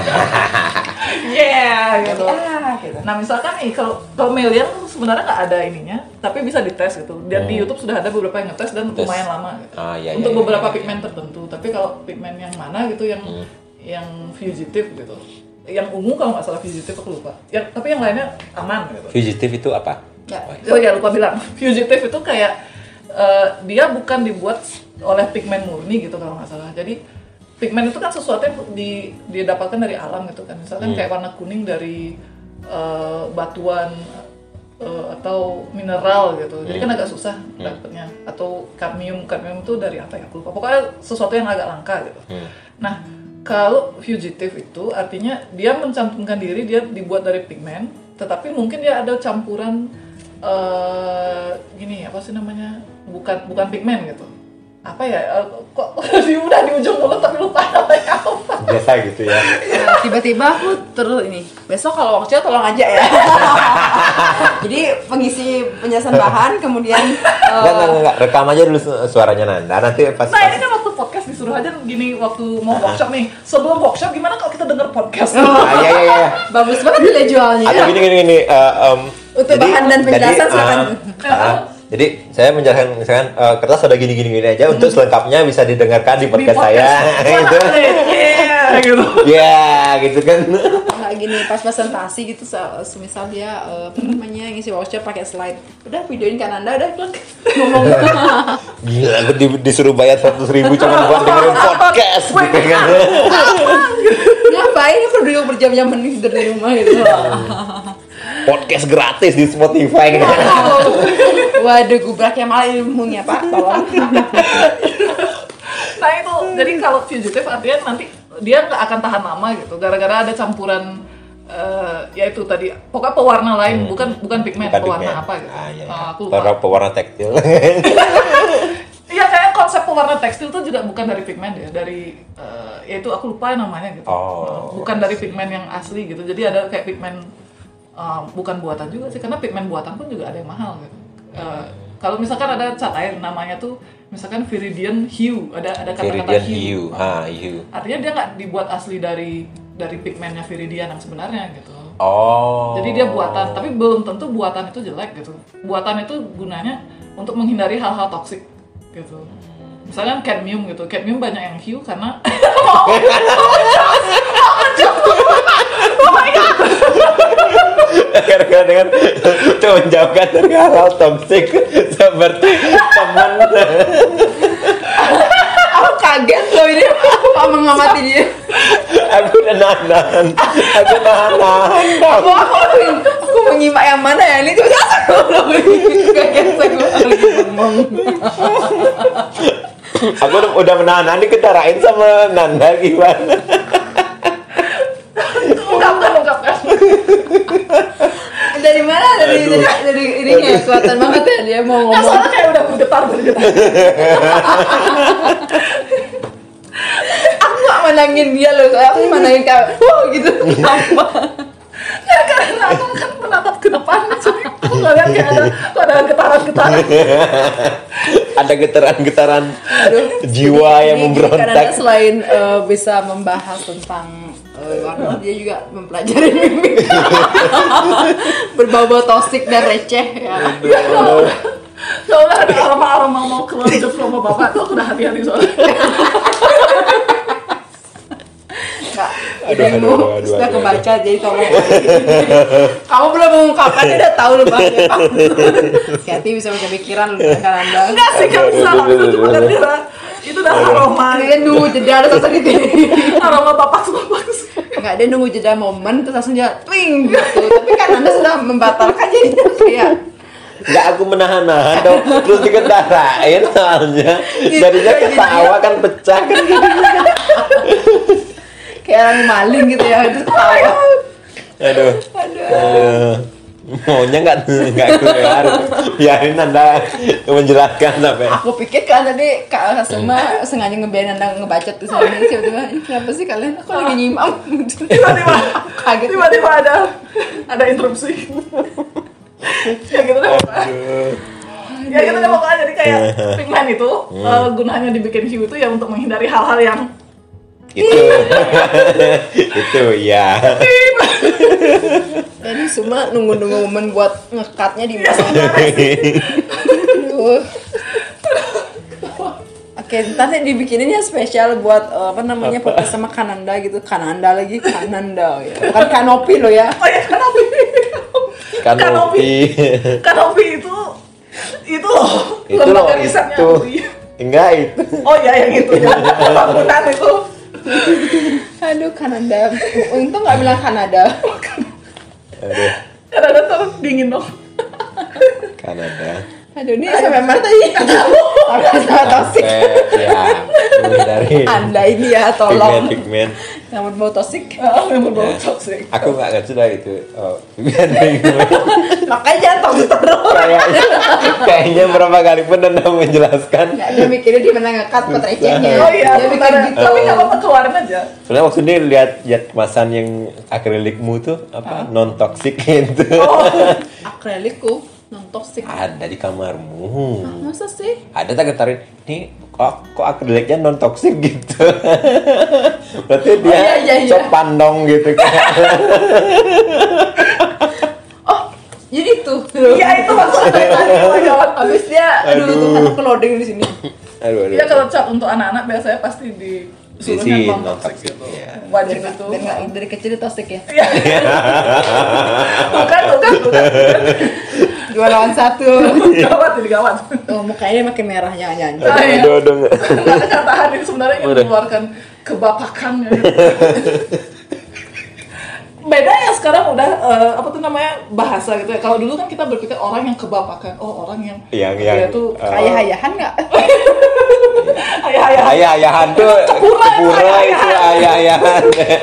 Yeah gitu. Ah gitu. Nah misalkan nih kalau kalau Melian sebenarnya nggak ada ininya, tapi bisa dites gitu. Dan di YouTube sudah ada beberapa yang ngetes dan Tes. lumayan lama. Gitu. Ah, iya, Untuk iya, iya, beberapa iya. pigmen tertentu. Tapi kalau pigmen yang mana gitu yang yang fugitive gitu. Yang ungu kalau nggak salah fugitive aku lupa. Yang tapi yang lainnya aman gitu. Fugitive itu apa? Ya. Oh ya lupa bilang, fugitive itu kayak eh, dia bukan dibuat oleh pigmen murni gitu kalau nggak salah. Jadi pigmen itu kan sesuatu yang di, didapatkan dari alam gitu kan. Misalkan kayak warna kuning dari eh, batuan eh, atau mineral gitu. Jadi kan agak susah dapetnya. Atau kadmium, kadmium itu dari apa ya? Aku lupa. Pokoknya sesuatu yang agak langka gitu. Nah kalau fugitive itu artinya dia mencantumkan diri, dia dibuat dari pigmen, tetapi mungkin dia ada campuran eh gini apa sih namanya, bukan bukan pigmen gitu, apa ya eh, kok di udah di ujung mulut tapi lupa namanya apa. Biasa gitu ya. Nah, tiba-tiba aku terus ini besok kalau workshop tolong aja ya. Jadi pengisi penjelasan bahan kemudian eh, Enggak, enggak, enggak, rekam aja dulu su- suaranya Nanda. Nanti pas Nah ini kan waktu podcast disuruh aja gini waktu mau workshop nih, sebelum workshop gimana kalau kita denger podcast? Ah, iya, iya, iya. bagus banget nilai jualnya. Atau gini gini gini eh, em, Untuk bahan dan penjelasan jadi, silakan. eh, ah, jadi saya menjelaskan misalkan eh, kertas ada gini gini gini aja, untuk selengkapnya bisa didengarkan di podcast, saya gitu. Iya gitu. Ya, gitu kan. Nggak gini pas presentasi gitu se- semisal dia eh, apa namanya ngisi workshop pakai slide, udah videoin kan Anda udah klik ngomong. Gila, aku di- disuruh bayar seratus ribu cuma buat dengerin podcast gitu kan. Ngapain aku duduk berjam-jam mending tidur di rumah gitu. Podcast gratis di Spotify gitu. Waduh, gubraknya malah ilmunya Pak, tolong. Nah itu, jadi kalau fugitive artinya nanti dia nggak akan tahan lama gitu, gara-gara ada campuran eh ya itu tadi, pokoknya pewarna lain, bukan bukan pigmen, Bukan pewarna pigmen. apa gitu. Ah, iya, iya. Ah, aku lupa. Pewarna- pewarna tekstil. Iya kayak konsep pewarna tekstil tuh juga bukan dari pigmen ya, dari eh, ya itu aku lupa namanya gitu. Oh. Bukan dari pigmen yang asli gitu. Jadi ada kayak pigmen eh, bukan buatan juga sih, karena pigmen buatan pun juga ada yang mahal gitu. Eh, kalau misalkan ada cat air namanya tuh misalkan viridian hue, ada ada kata-kata Viridian hue. hue. Ah, hue. Artinya dia nggak dibuat asli dari dari pigmennya viridian yang sebenarnya gitu. Oh. Jadi dia buatan, tapi belum tentu buatan itu jelek gitu. Buatan itu gunanya untuk menghindari hal-hal toksik gitu. Misalnya cadmium gitu, cadmium banyak yang hiu karena oh my god. Gara-gara dengan itu menjauhkan dari hal toksik seperti teman. Aku kaget loh ini. Aku mengamati dia. Aku udah nahan, aku nahan. Aku aku aku menyimak yang mana ya ini tuh. Kaget aku lagi ngomong. Aku udah menahan, nanti ketarain sama Nanda gimana? Ungkapkan, ungkapkan. Dari mana? Dari dari, dari ininya ya, kelihatan banget ya dia mau Nah, ngomong. soalnya kayak udah bergetar bergetar. Aku gak menangin dia loh, soalnya aku menangin kayak wow gitu. Apa? Ya karena aku kan menatap ke depan, jadi aku nggak lihat kayak ada, kok ada getaran-getaran. Ada getaran-getaran jiwa yang Ini- ini memberontak. Karena selain uh, bisa membahas tentang uh, warna, dia juga mempelajari mimik. Berbau-bau toksik dan receh ya. Soalnya ada aroma-aroma mau keluar jok sama bapak tuh aku udah hati-hati soalnya. Kak, Aduh, idemu aduh, aduh, sudah aduh, kebaca jadi tolong. Kamu belum mengungkapkan, dia udah tahu lu bahas apa. Hati bisa baca pikiran lu kan Anda. Enggak sih kan salah itu cuma karena itu udah aroma Dia nunggu jeda ada satu gitu. aroma bapak bapak. Enggak, dia nunggu jeda momen terus langsung dia twing gitu. Tapi kan Anda sudah membatalkan jadinya kayak Enggak, aku menahan-nahan dong. Terus diketarain soalnya. Jadinya ketawa kan pecah kan. kayak orang maling gitu ya, itu ketawa. Aduh. Aduh. Maunya nggak nggak keluar. Biarin Anda menjelaskan sampai. Aku pikir kan tadi Kak Hasuma sengaja ngebiarin Anda ngebacot di sana. Tiba-tiba, ini kenapa sih kalian? Aku lagi nyimak. Tiba-tiba Kaget. tiba-tiba ada ada interupsi. Ya gitu deh Pak. Ya gitu deh pokoknya jadi kayak pigmen itu uh, gunanya dibikin hiu itu ya untuk menghindari hal-hal yang Itu. Itu ya. Jadi semua nunggu-nunggu momen buat ngekatnya di mana. Aduh. Oke, ntar dibikinin ya spesial buat uh, apa namanya podcast sama Kananda gitu. Kananda lagi, Kananda ya. Bukan kanopi lo ya. oh ya kanopi. Kanopi. Kanopi itu itu loh Itu lembaga loh risetnya itu. Uri. Enggak itu. Oh ya yang itu ya. Bangunan itu. Aduh, Kanada. Untung nggak bilang Kanada. Aduh. Kadang-kadang tuh dingin dong. Kanada. Aduh, ini sampai mana tadi? Sampai toksik. Eh, ya. Dari Anda ini ya, tolong. pigmen. Yang berbau toksik. Oh, yang berbau toksik. Aku nggak ngerti lah itu. Oh, pigmen. Makanya jangan toksik terus. Kayaknya, kayaknya berapa kali pun Anda menjelaskan. Nggak, dia mikirnya di mana ngekat buat recehnya. Oh iya, Dia mikir bentar. gitu. Tapi nggak apa-apa keluarin aja. Sebenarnya waktu ini lihat lihat kemasan yang akrilikmu tuh apa non toksik gitu. Akrilikku non toksik. Ada di kamarmu. Masa sih? Ada tak getarin nih kok kok akriliknya non toksik gitu. Berarti dia iya, iya, iya. cop pandong gitu kan. Oh, jadi tuh. Iya itu maksudnya. Oh my god. Habis dia aduh, Aduh. tuh kan loading di sini. Aduh aduh. Iya kalau cat untuk anak-anak biasanya pasti di suruhnya Sisi non non toxic toxic, gitu. iya. Wajib Biar itu. biar nggak dari kecil itu toksik ya. Iya. Bukan, bukan, bukan. Dua lawan satu. Gawat ini gawat. Oh, mukanya makin merah jangan-jangan. Ah, iya. Aduh aduh. aduh. Nggak nggak tahan ini sebenarnya ingin Udah. mengeluarkan kebapakannya. Beda ya sekarang udah eh, apa tuh namanya bahasa gitu ya. Kalau dulu kan kita berpikir orang yang kebapakan, oh orang yang Yang- dia yang, tuh eh, Ayah-ayahan nggak? ayah-ayah. Ayah-ayahan tuh Kepura, kepura itu ayah-ayahan. ayah-ayahan.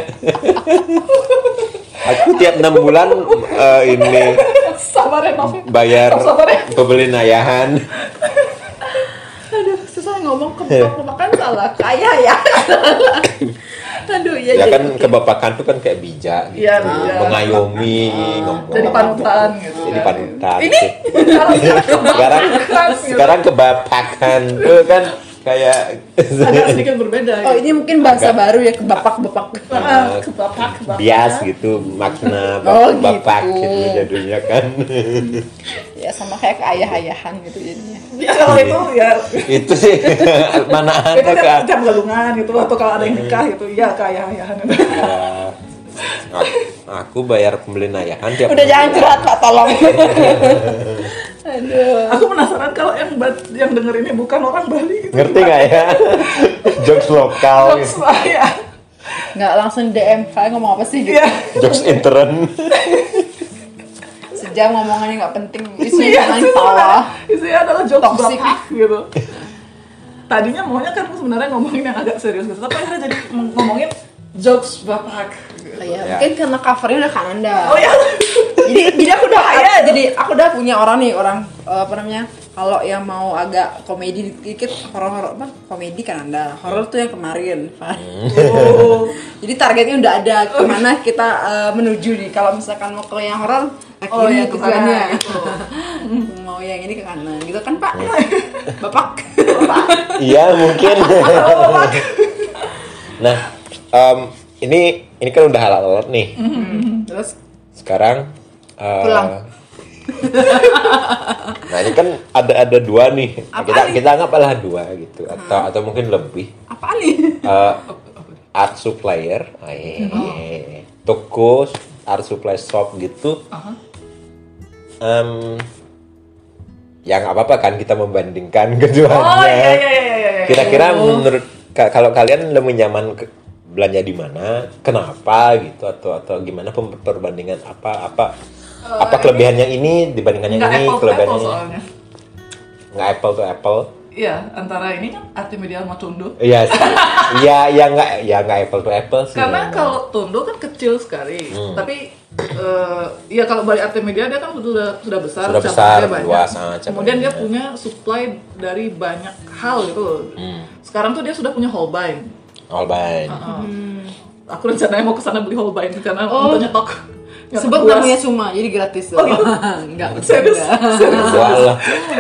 Aku tiap enam bulan eh, ini Sabar ya Novi. bayar Sabar ya. pembelian ayahan. Aduh, susah ngomong kebapakan salah. Kaya ya. Aduh, iya Ya jadi- kan kebapakan tuh kan kayak bijak gitu. Iya, bijak. Mengayomi, ngomong. Jadi panutan gitu. Jadi kan. panutan. Ini kalau sekarang sekarang kebapakan, gitu. sekarang kebapakan tuh kan kayak agak sedikit berbeda. Oh gitu. ini mungkin bahasa Agak- baru ya, kebapak-bapak. Ah, kebapak, kebapak. bias gitu makna Oh, bapak gitu. gitu jadinya kan. Ya sama kayak keayah-ayahan gitu jadinya. Ya, kalau itu ya Itu sih mana itu ada tiap, kan. tiap galungan gitu atau kalau ada yang nikah gitu ya kayak ayahan itu. Ya, aku- aku bayar pembelian ayahan tiap Udah jangan bulan. curhat Pak, tolong. Aduh. Aku penasaran kalau yang bat- yang denger ini bukan orang Bali gitu. Ngerti nggak ya? Jokes lokal, Jokes lah ya. Nggak langsung D M, kalian ngomong apa sih gitu. Iya. jokes intern. Sejam ngomongannya nggak penting, isinya Iya, jangan itu tawa. sebenarnya- Isinya adalah jokes Toxic. bapak gitu. Tadinya maunya kan sebenarnya ngomongin yang agak serius gitu, tapi akhirnya jadi ngomongin jokes bapak. Oh, iya, Ya. mungkin karena covernya udah Kananda. Oh ya. jadi jadi aku udah Iya, jadi aku udah punya orang nih orang eh, apa namanya, kalau yang mau agak komedi dikit, horor-horor apa komedi Kananda, horor tuh yang kemarin Pak. Oh. Jadi targetnya udah ada kemana kita eh, menuju nih. Kalau misalkan mau ke yang horor, ke Oh, kiri iya, ke tujuannya. sana, gitu. Mau yang ini ke kanan, gitu kan Pak? Bapak. Iya mungkin. Nah, em, ini ini kan udah halal nih. Terus Sekarang eh, Pulang. Nah ini kan ada ada dua nih. Apa kita nih? kita anggaplah dua gitu atau atau mungkin lebih. apa nih? Eh, art supplier, eh, toko art supply shop gitu. Aha. Em, ya nggak apa-apa kan kita membandingkan keduanya. Oh iya iya iya iya iya. Kira-kira menurut ka- kalau kalian lebih nyaman ke, belanja di mana? Kenapa gitu atau atau gimana pem- perbandingan apa apa apa kelebihan yang ini dibandingkan yang Nggak ini apple to kelebihan apple ini soalnya. nggak apple to apple. Iya, antara ini kan Artimedia sama Tondo. Iya sih. Iya ya nggak ya nggak apple to apple sih. Karena memang. kalau Tondo kan kecil sekali, Hmm. tapi eh, ya kalau Bali Artimedia dia kan sudah sudah besar, Sudah cabangnya besar, luas, ah, Kemudian dia cabangnya. punya supply dari banyak hal gitu loh. Hmm. Sekarang tuh dia sudah punya Holbein. Holbein. Heeh. Aku rencananya mau ke sana beli Holbein karena Oh. untuk nyetok. nyetok Sebut beras. namanya Suma, jadi gratis. Oh gitu? Enggak, Serius? Serius? Walah.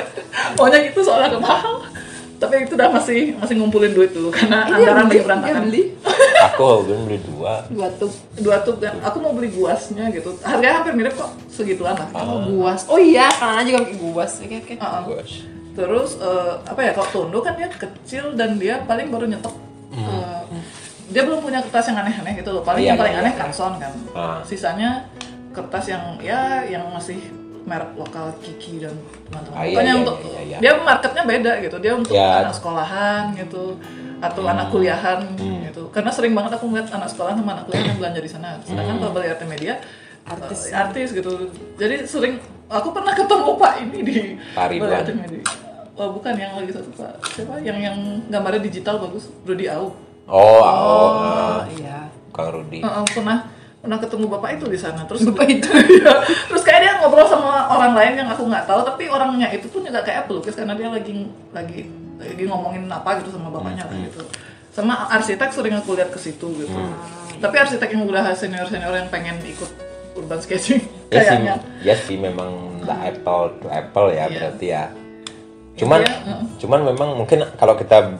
Maunya gitu soalnya agak mahal. Tapi itu udah masih masih ngumpulin duit dulu karena anggaran lagi berantakan. beli Aku Holbein beli dua. dua tuh. Dua tub dan aku mau beli guasnya gitu. Harganya hampir mirip kok, segituan lah. Oh, guas. Oh iya, karena juga pakai guas. Oke oke. Heeh. Gosh. Terus eh, apa ya, kalau Tondo kan dia kecil dan dia paling baru nyetok. eh, dia belum punya kertas yang aneh-aneh gitu loh. Paling Iya, yang paling iya, aneh iya. Canson kan. Ah. Sisanya kertas yang ya yang masih merek lokal Kiki dan teman-teman. Ah, iya, Pokoknya iya, untuk iya, iya. dia marketnya beda gitu. Dia untuk Ya. anak sekolahan gitu atau anak kuliahan Hmm. gitu. Karena sering banget aku ngeliat anak sekolahan sama anak kuliahan yang belanja di sana. Sedangkan kalau Bali Artimedia Artis. eh, artis gitu. Jadi sering aku pernah ketemu Pak ini di Pak Bali Ridwan. Artimedia. Oh, bukan yang lagi satu Pak. Siapa? Yang yang gambarnya digital bagus, Rudy Au. Oh, oh, Oh ah, iya. Kang Rudi. Heeh, pernah pernah ketemu bapak itu di sana. Terus Bapak itu. Iya. Terus kayak dia ngobrol sama orang lain yang aku nggak tahu, tapi orangnya itu pun juga kayak pelukis karena dia lagi lagi lagi ngomongin apa gitu sama bapaknya lah gitu. Sama arsitek sering aku lihat ke situ gitu. Tapi arsitek yang udah senior senior yang pengen ikut urban sketching Ya sih, kayaknya. ya sih memang the apple to apple ya Iya. berarti ya. Cuman, Iya, heeh. cuman memang mungkin kalau kita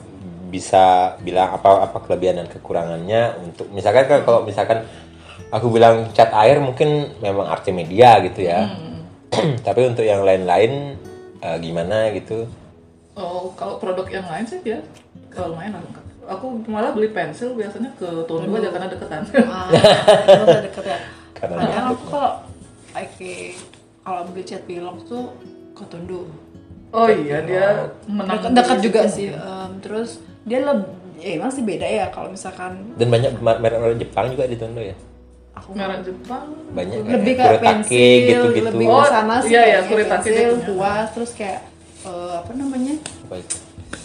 bisa bilang apa apa kelebihan dan kekurangannya untuk misalkan kan kalau misalkan aku bilang cat air mungkin memang Artimedia gitu ya. Hmm. Tapi untuk yang lain-lain eh, gimana gitu? Oh, kalau produk yang lain sih dia kalau lumayan lah lengkap. Aku malah beli pensil biasanya ke Tondo aja karena deketan. Ah, itu udah deket ya. Karena Padahal deket. aku kalau kayak kalau beli cat pilok tuh ke Tondo. Oh iya, dia menang Dekat, dekat juga sih. Em, terus dia lebih, ya emang sih beda ya kalau misalkan Dan banyak merek-merek Jepang juga di Tondo ya. aku merek Jepang. Banyak lebih kayak kayak Kuretake pensil, gitu-gitu. lebih Oh, ke sana sih. iya, iya, kayak Kuretake pensil, dia punya. kuas, terus kayak eh, apa namanya? Apa itu?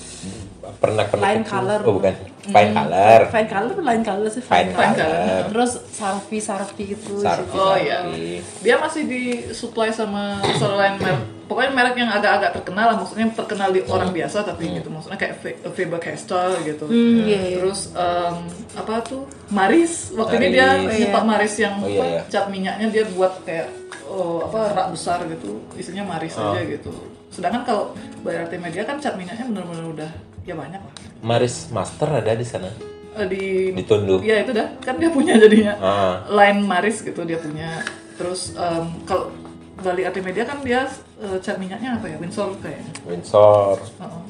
Pernah pernah Line kecil. color. Oh bukan. Fine color. Fine color, line color sih Fine Fine color. Terus sarpi sarpi gitu. Sarpi. Oh iya. Sarpi. Dia masih disuplai sama selain merek. Pokoknya merek yang agak-agak terkenal lah, maksudnya terkenal di orang biasa tapi gitu. Maksudnya kayak Fa- Faber Castell gitu. Hmm, iya, iya. Terus em, apa tuh? Maris. Waktu ini dia Maris. nyetok Iya. Maris yang Oh, iya, apa, iya. cat minyaknya dia buat kayak oh, apa rak besar gitu. Isinya Maris Oh. aja gitu. Sedangkan kalau Balai Arte Media kan cat minyaknya benar-benar udah ya banyak lah. Maris Master ada di sana. Eh, di Di Tondo. Iya itu dah kan dia punya jadinya. Ah. Line Maris gitu dia punya. Terus em, kalau Balai Arte Media kan dia eh, cat minyaknya apa ya? Windsor kayaknya. Windsor. Uh-uh.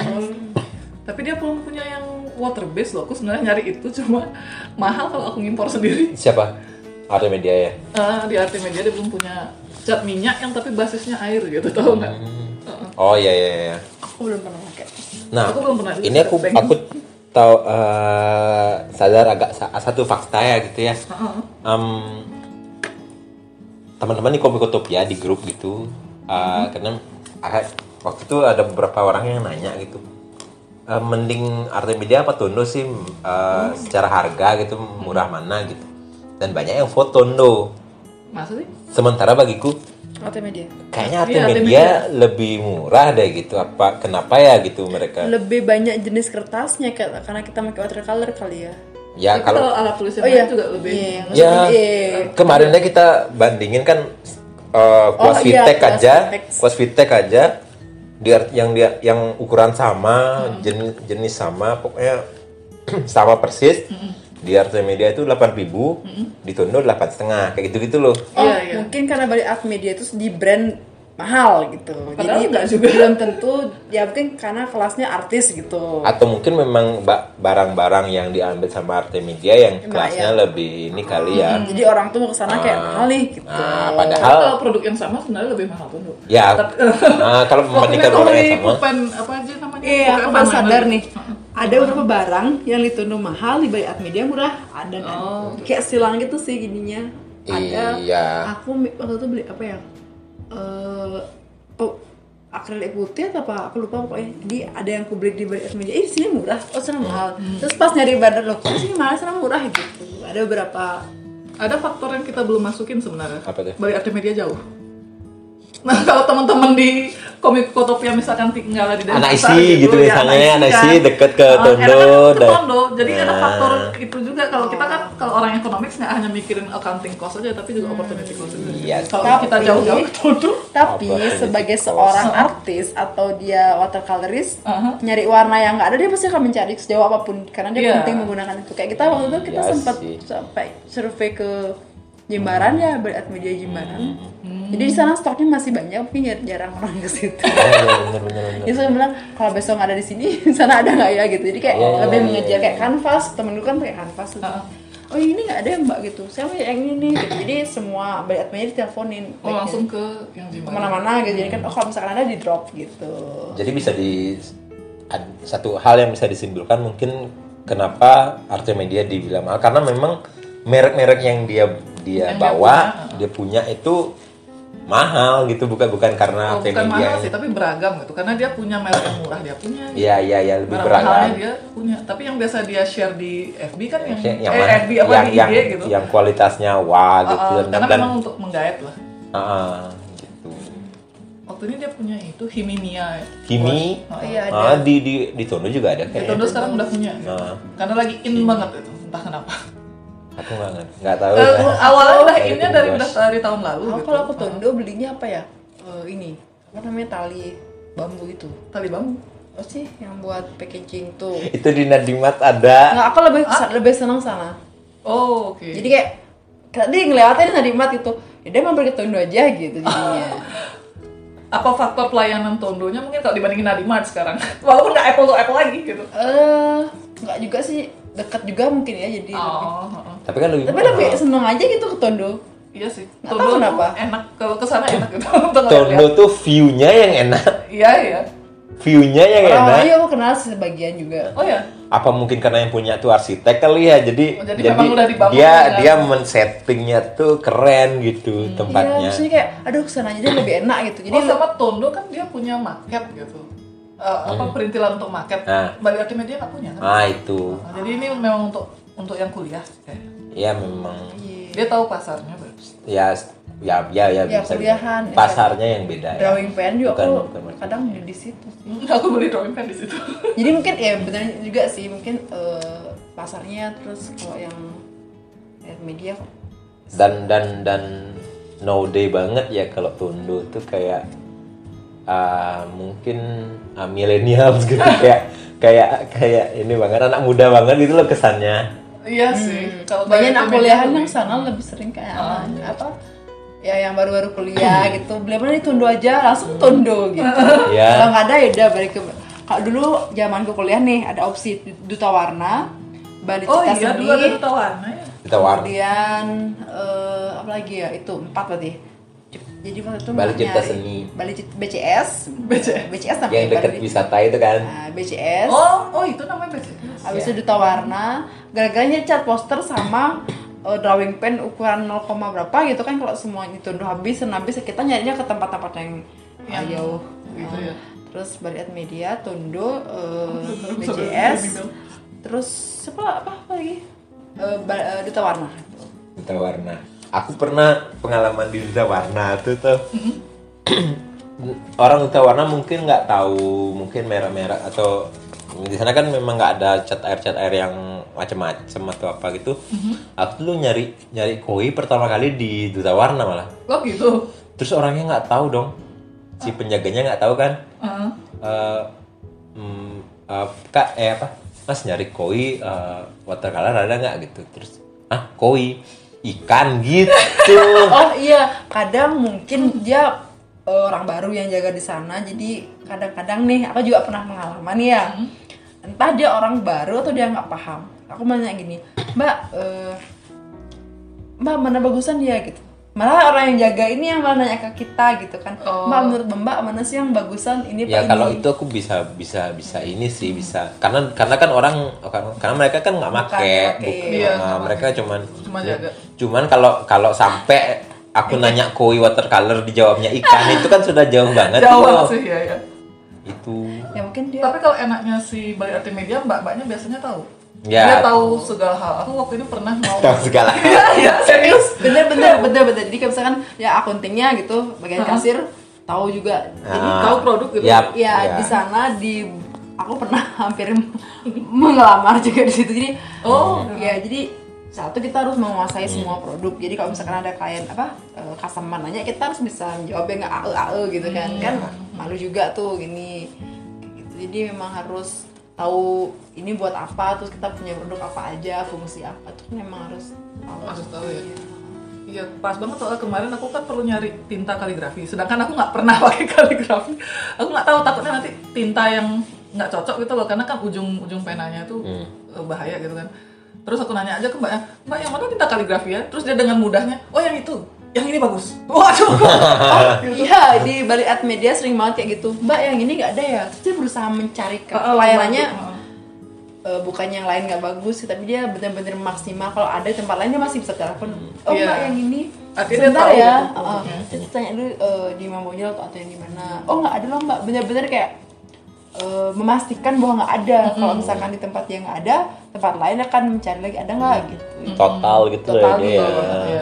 Tapi dia belum punya yang water base loh. Aku sebenarnya nyari itu cuma mahal kalau aku ngimpor sendiri. Siapa? Arte Media ya. Uh, di Arte Media dia belum punya cat minyak yang tapi basisnya air gitu, tahu nggak? Uh-uh. Oh iya iya iya. Aku belum pernah pakai. Nah, Aku belum pernah ini aku pengen. aku tahu eh, sadar agak sa- satu fakta ya gitu ya. Uh-uh. Em, teman-teman di Komikotopia di grup gitu, eh, karena ah, waktu itu ada beberapa orang yang nanya gitu, eh, mending Arte Media apa Tondo sih eh, secara harga gitu murah mana gitu, dan banyak yang vote Tondo. Masa sih? Sementara bagiku Arte Media. kayaknya Arte Iya, Arte Media lebih murah deh gitu. Apa kenapa ya gitu mereka? Lebih banyak jenis kertasnya ka- karena kita pakai watercolor kali ya. Ya Tapi kalau kalau alat tulisnya Oh iya juga lebih. Iya, ya maksudnya, iya. kemarinnya kita bandingin kan uh, kuas Oh, iya, Vitek kuas aja, Vitek. kuas Vitek aja di art- yang dia yang ukuran sama, Hmm. jenis jenis sama, pokoknya sama persis. Di Arte Media itu delapan ribu, di Tondo delapan setengah, kayak gitu-gitu loh. Oh, Iya, iya. mungkin karena Balai Art Media itu di brand mahal gitu. Padahal Jadi enggak juga. belum tentu ya mungkin karena kelasnya artis gitu. Atau mungkin memang ba- barang-barang yang diambil sama Arte Media yang Emang kelasnya ya. lebih ini kali ya. Jadi orang tuh mau kesana kayak mahal nih gitu. Nah, Tapi padahal kalau produk yang sama sebenarnya lebih mahal tuh. ya, Tapi- nah, kalau Waktu membandingkan itu orang beli yang sama, pulpen apa aja namanya? Iya, Pulpen aku baru Van sadar Mander. nih. Ada beberapa barang yang di Tondo mahal, di Balai Art Media murah. Ada kan? Oh. Kayak silang gitu sih gininya. Ada. Iya. Aku mi- waktu itu beli apa ya? Eh, oh, akrilik putih atau apa? Aku lupa pokoknya. Jadi ada yang aku beli di Balai Art Media. Eh, di sini murah. Oh, sana mahal. Terus pas nyari bandar loh, kok di sini mahal, sana murah gitu. Ada beberapa. Ada faktor yang kita belum masukin sebenarnya. Apa tuh? Balai Arte Media jauh. Nah kalau teman-teman di Komikotopia misalkan tinggal di Anak Denpasar isi gitu ya, misalnya, anak isi deket ke Ah, Tondo, enakan ke dan- Tondo. Jadi ada Nah. faktor itu juga. Kalau kita kan kalau orang economics nggak hanya mikirin accounting cost aja, tapi juga opportunity cost juga. Iya. Kalau Tapi- kita jauh-jauh ke Tondo, Tapi Opportunity sebagai cost. seorang artis atau dia watercolorist, Aha. nyari warna yang nggak ada dia pasti akan mencari sejauh apapun karena dia Iya. penting menggunakan itu. Kayak kita waktu itu kita Iya sempat sih. sampai survei ke Jimbaran ya, Balai Art Media Jimbaran. Hmm. Jadi di sana stoknya masih banyak, tapi jar- jarang orang ke situ. Oh, iya, bener bener bener. Jadi saya bilang kalau besok nggak ada di sini, di sana ada nggak ya gitu. Jadi kayak Iya, lebih iya, mengejar iya. kayak kanvas. Temenku kan pakai kanvas. Gitu. Ah. Oh ini nggak ada ya mbak gitu. Saya mau yang ini nih. Gitu. Jadi semua Balai Art Media diteleponin. oh langsung ke yang di mana? kemana-mana gitu. Jadi kan oh kalau misalkan ada di drop gitu. Jadi bisa di ad- satu hal yang bisa disimpulkan mungkin kenapa Arte Media dibilang mahal karena memang merek-merek yang dia dia Yang dia bawa, punya. dia punya itu mahal gitu, bukan bukan karena Oh, Arte bukan Media. mahal sih, tapi beragam gitu. Karena dia punya merek yang murah dia punya. Iya iya iya lebih Barang mahalnya beragam. dia punya. Tapi yang biasa dia share di F B kan yang, Yang, yang eh, mana? F B apa yang, di I G yang, gitu. yang kualitasnya wah gitu Ah, ah, dan, karena dan memang untuk menggait lah. ah, ah, gitu. Waktu ini dia punya itu Himimia ya. Kimi, Ah, Iya ada. ah, di di di Tondo juga ada Di kayaknya. Tondo sekarang udah punya. gitu. Ah. Karena lagi in banget itu, entah kenapa. Aku nggak ngerti, nggak tahu. Eh, ya. awalnya udah Kayak innya gitu, dari Bos. udah dari tahun lalu. Oh, gitu. kalau aku Tondo belinya apa ya? Eh, ini apa namanya tali bambu itu. Tali bambu. Apa sih yang buat packaging tuh? Itu di Nadimat ada. Nggak, aku lebih lebih senang sana. Oh, oke. Jadi kayak tadi ngelewatin Nadimat itu, ya dia mampir ke Tondo aja gitu jadinya. Apa faktor pelayanan Tondonya mungkin kalau dibandingin Nadimart sekarang? Walaupun nggak apple to apple lagi gitu. Eh, nggak juga sih, dekat juga mungkin ya jadi. lebih- Oh, oh, oh. Tapi kan lebih Tapi mahal. lebih seneng aja gitu ke Tondo. Iya sih. Nggak tahu kenapa. enak kalau kesana enak gitu. Untuk Tondo ngeliat-liat. tuh view-nya yang enak. Iya, iya. View-nya yang enak. Orang-orangnya aku kenal sebagian juga. Oh ya. Apa mungkin karena yang punya tuh arsitek kali ya. Jadi Oh, jadi memang udah dibangun dia dengan- dia men-settingnya tuh keren gitu Iya, tempatnya. maksudnya kayak, aduh kesana aja deh lebih enak gitu. Jadi Oh, sama Tondo kan dia punya market gitu. Eh, apa perintilan untuk market. Nah. Balai Arte Media nggak punya kan? Ah itu. Nah, jadi ini memang untuk untuk yang kuliah kayak. Ya memang Dia tahu pasarnya bagus. ya ya ya ya, Ya, bisa kuliahan, dibilang. Pasarnya yang beda ya. drawing pen juga Bukan- aku bukan market. kadang beli di situ sih. Aku beli drawing pen di situ. Jadi mungkin ya benar juga sih mungkin eh, pasarnya terus kalau yang Art Media Dan dan dan no day banget ya kalau Tondo tuh kayak uh, mungkin uh, milenial gitu kayak kayak kayak ini banget anak muda banget gitu loh kesannya. Iya sih. Kalau banyak anak kuliahan yang lebih- sana lebih sering kayak Ah. apa ya yang baru-baru kuliah gitu beli apa nih Tondo aja langsung Tondo gitu. Iya. Kalau nggak ada ya udah balik ke kalau dulu zamanku kuliah nih ada opsi Duta Warna, Bali Oh Cita iya, Seni, dulu ada duta warna ya. Kita war kemudian eh, apa lagi ya itu empat berarti. Jadi waktu itu Bali Cita nyari- Seni. Bali Cita B C S, B C S. B C S namanya yang dekat Bali- wisata itu kan. Nah, B C S. Oh, oh itu namanya B C S. Habis Ya. itu Duta Warna, gara-gara cat poster sama uh, drawing pen ukuran nol, berapa gitu kan kalau semuanya itu udah habis, dan habis kita nyarinya ke tempat-tempat yang, yang Yang jauh. gitu Nah, ya. Terus Bali Art Media, Tondo, uh, B C Sampai S, gitu. terus apa apa, apa lagi? Uh, Ba- uh, Duta Warna. Duta Warna. Aku pernah pengalaman di Duta Warna tuh tuh. Orang Duta Warna mungkin nggak tahu, mungkin merah-merah atau di sana kan memang nggak ada cat air cat air yang macam-macam atau apa gitu. Aku dulu nyari nyari koi pertama kali di Duta Warna malah. Oh gitu. Terus orangnya nggak tahu dong, si penjaganya nggak tahu kan. Heeh. Eh, mm, eh, kak eh apa mas nyari koi eh, watercolor ada nggak gitu. Terus ah koi ikan gitu. Oh iya, kadang mungkin dia uh, orang baru yang jaga di sana, jadi kadang-kadang nih aku juga pernah pengalaman ya. Entah dia orang baru atau dia nggak paham. Aku nanya gini, Mbak, uh, Mbak mana bagusan ya gitu. Malah orang yang jaga ini yang malah nanya ke kita gitu kan. Oh. Mbak menurut Mbak mana sih yang bagusan ini Ya Pak kalau ini? itu aku bisa bisa bisa ini sih bisa karena karena kan orang karena, karena mereka kan nggak Bukan make, pakai. bukan. Iya, Nah, nggak mereka cuman Cuma jaga. cuman kalau kalau sampai aku nanya koi watercolor dijawabnya ikan itu kan sudah jauh banget Jauh tuh. banget sih ya ya. Itu Ya mungkin dia Tapi kalau enaknya si Bali Art Media, mbak-mbaknya biasanya tahu. Ya. Dia tahu segala hal. Aku waktu itu pernah mau. tahu segala hal. Iya, iya, serius. bener bener bener bener jadi kayak misalkan ya akuntingnya gitu bagian Hah? kasir tahu juga jadi Ah, tahu produk gitu. yap, ya ya. di sana di aku pernah hampir mengelamar juga di situ jadi Oh. ya jadi satu kita harus menguasai semua produk jadi kalau misalkan ada klien apa eh, customer nanya kita harus bisa jawabnya nggak ae ae gitu kan kan malu juga tuh gini kayak gitu jadi memang harus tahu ini buat apa terus kita punya produk apa aja fungsi apa tuh memang harus tahu. Harus tahu ya. Iya, pas banget soalnya kemarin aku kan perlu nyari tinta kaligrafi. Sedangkan aku nggak pernah pakai kaligrafi. Aku nggak tahu takutnya nanti tinta yang nggak cocok gitu loh, karena kan ujung-ujung penanya tuh Hmm. eh, bahaya gitu kan. Terus aku nanya aja ke mbaknya, Mbak yang mana tinta kaligrafi ya? Terus dia dengan mudahnya, oh yang itu, yang ini bagus. Waduh. Iya, di Bali Art Media sering banget kayak gitu. Mbak, yang ini nggak ada ya? Terus dia berusaha mencari ke Heeh, pelayanannya bantu. eh, bukan yang lain nggak bagus, tapi dia benar-benar maksimal. Kalau ada di tempat lain dia masih bisa telepon. Oh Iya. Mbak, yang ini Artinya dia sebentar tahu ya. gitu Heeh. produknya. Terus tanya dulu eh, di Mambonya atau yang di mana? Oh nggak ada loh Mbak. Benar-benar kayak eh, memastikan bahwa nggak ada. Kalau misalkan di tempat yang nggak ada, tempat lain akan mencari lagi ada nggak gitu. Total gitu Total loh gitu. dia. Iya.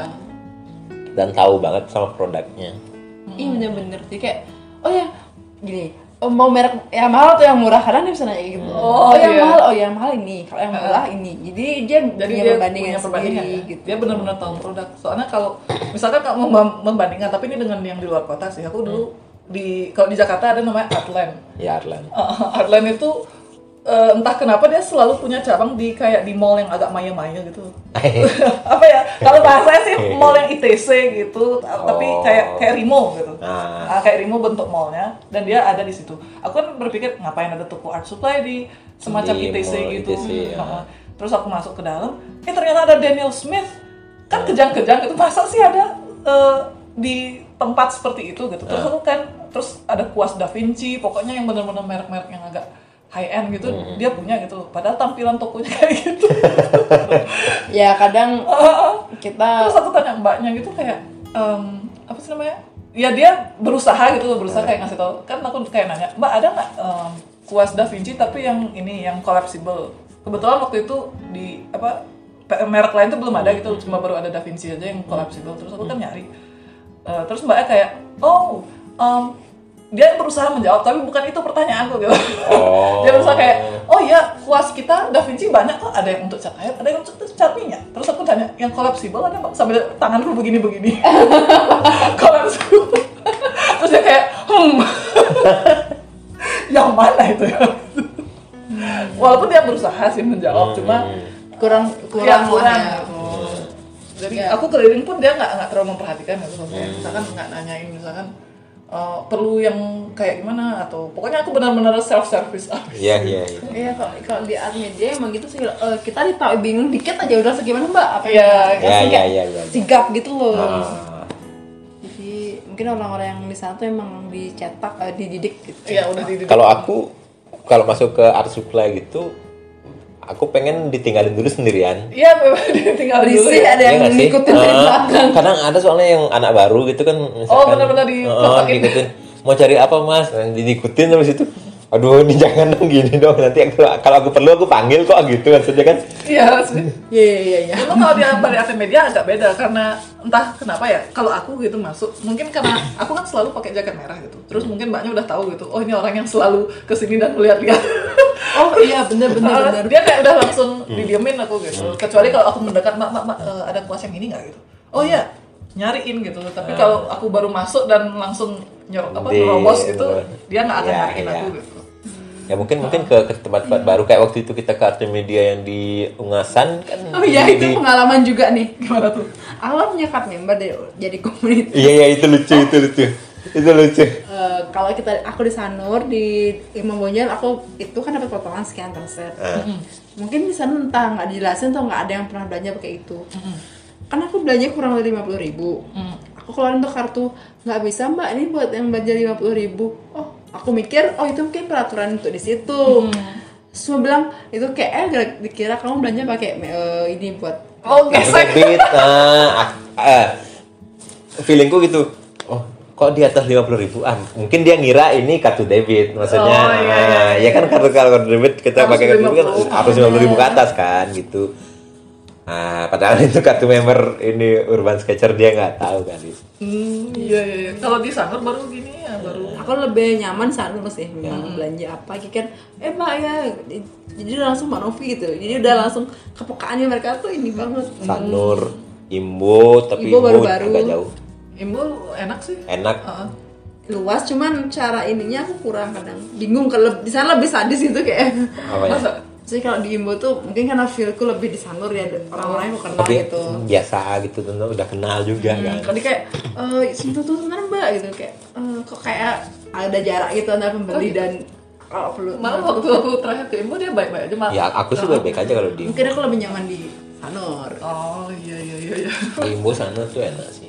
Dan tahu banget sama produknya. Iya bener-bener jadi kayak oh ya gini oh, mau merek yang mahal atau yang murah kadang dia bisa nanya gitu Oh, oh, yang iya. mahal oh yang mahal ini kalau yang murah ini jadi dia Jadi punya dia perbandingan punya perbandingan sendiri ya? gitu Dia benar-benar tahu produk. Soalnya kalau misalkan kalau mau mem- membandingkan, tapi ini dengan yang di luar kota sih. Aku dulu di kalau di Jakarta ada namanya Artland. Ya Arlan. Uh, Artland itu eh, entah kenapa dia selalu punya cabang di kayak di mall yang agak maya-maya gitu. Apa ya? Kalau bahasanya sih mall yang I T C gitu, t- tapi Oh. kayak kayak Rimo gitu. Ah. Ah, kayak Rimo bentuk mallnya dan dia ada di situ. Aku kan berpikir ngapain ada toko art supply di semacam Di I T C mall gitu. I T C, ya. Heeh. Terus aku masuk ke dalam, eh ternyata ada Daniel Smith. Kan kejang-kejang gitu. Masa sih ada eh, di tempat seperti itu gitu. Terus aku kan terus ada kuas Da Vinci, pokoknya yang benar-benar merek-merek yang agak high end gitu, dia punya gitu. Padahal tampilan tokonya kayak gitu. ya kadang kita Terus aku tanya mbaknya gitu kayak em, apa sih namanya? Ya dia berusaha gitu, berusaha kayak ngasih tau. Kan aku kayak nanya, Mbak ada nggak em, kuas Da Vinci tapi yang ini yang collapsible? Kebetulan waktu itu di apa pe- merek lain tuh belum ada gitu, cuma baru ada Da Vinci aja yang collapsible. Terus aku kan nyari. Eh, terus mbaknya kayak, oh em, dia berusaha menjawab tapi bukan itu pertanyaanku gitu. Oh. Dia berusaha kayak, oh iya kuas kita Da Vinci banyak kok, ada yang untuk cat air, ada yang untuk cat minyak. Terus aku tanya, yang collapsible ada nggak? Sambil tanganku begini-begini. Collapsible. Terus dia kayak, Hmm. Yang mana itu ya? Walaupun dia berusaha sih menjawab, Hmm. cuma kurang kurang kurang kurang. lah ya. Oh. Jadi Ya. aku keliling pun dia nggak nggak terlalu memperhatikan gitu. Maksudnya, Hmm. misalkan nggak nanyain misalkan uh, perlu yang kayak gimana atau pokoknya aku benar-benar self service. Iya, iya, iya. Iya, kalau kalau di art media emang gitu sih. Eh, kita ditahu bingung dikit aja udah segimana mbak apa Iya, yang- iya, langsung iya, kayak iya, iya. sigap gitu loh. Ah. Jadi mungkin orang-orang yang di sana tuh emang dicetak, eh, dididik gitu. Iya udah dididik. Kalau aku kalau masuk ke art supply gitu, aku pengen ditinggalin dulu sendirian. Iya memang dia tinggal dulu. Berisik Ya. ada yang Iya nggak sih? ngikutin dari Ah, belakang. kadang ada soalnya yang anak baru gitu kan misalkan, Oh, benar-benar di oh, peletakin. diikutin mau cari apa mas, nah, diikutin terus itu aduh ini jangan dong gini dong, nanti kalau kalau aku perlu aku panggil kok gitu maksudnya kan. Iya sih. Iya iya iya. iya. Cuma kalau dia dari art media agak beda karena entah kenapa ya. Kalau aku gitu masuk, mungkin karena aku kan selalu pakai jaket merah gitu. Terus mungkin mbaknya udah tahu gitu. Oh ini orang yang selalu kesini dan melihat-lihat. Oh iya bener bener Nah, bener. dia kayak udah langsung didiemin aku gitu. Kecuali kalau aku mendekat, mak mak mak eh, ada kelas yang ini nggak gitu. Oh iya nyariin gitu. Tapi kalau aku baru masuk dan langsung nyor apa Di- nerobos gitu, dia nggak akan Ya, nyariin ya. aku gitu. Ya mungkin mungkin ke, ke tempat-tempat baru kayak waktu itu kita ke art media yang di Ungasan kan. Oh iya di- itu di- pengalaman juga nih. Gimana tuh? Awal punya card member dari jadi komunitas. Iya iya itu lucu itu lucu itu lucu. Eh, kalau kita aku di Sanur di Imam Bonjol aku itu kan dapat potongan sekian persen. Ah. Mungkin di sana entah nggak dijelasin atau nggak ada yang pernah belanja pakai itu. Kan aku belanja kurang dari lima puluh ribu. Aku keluarin tuh kartu nggak bisa mbak ini buat yang belanja lima puluh ribu. Oh aku mikir oh itu mungkin peraturan untuk di situ. Semua bilang itu kayak eh dikira kamu belanja pakai eh, ini buat Oh Kartu gesek. debit, nah, ah, feelingku gitu. Oh, kok di atas lima puluh ribuan? Mungkin dia ngira ini kartu debit, maksudnya. Oh, iya, iya, ah, iya. ya kan kartu kartu debit kita Harus pakai kartu debit kan lima puluh. harus lima puluh ribu ke atas kan, gitu. Nah, padahal itu kartu member ini Urban Sketcher dia nggak tahu kan itu. Hmm, iya iya. iya. Kalau di Sanur baru gini ya baru. aku lebih nyaman saat itu sih memang belanja apa gitu kan eh mbak ya jadi udah langsung Mbak Novi gitu jadi udah langsung kepekaannya mereka tuh ini banget. Sanur, Imbo, tapi Imbo Imbo baru-baru. agak jauh. Imbo enak sih. Enak. Heeh. Luas cuman cara ininya aku kurang kadang bingung kalau di sana lebih sadis itu kayak Apa ya? Masa? jadi kalau di Imbo tuh mungkin karena feelku lebih di Sanur ya orang-orangnya aku kenal Tapi gitu. biasa gitu tentu udah kenal juga kan. Kalau dia kayak eh sentuh tuh sebenarnya mbak gitu kayak eh, kok kayak ada jarak gitu antara pembeli Oh, gitu? dan kalau perlu Malah waktu aku terakhir ke Imbo dia baik-baik aja malah. Ya aku sih baik-baik aja kalau di mungkin aku lebih nyaman di Sanur. Oh iya iya iya iya. di Imbo sana tuh enak sih.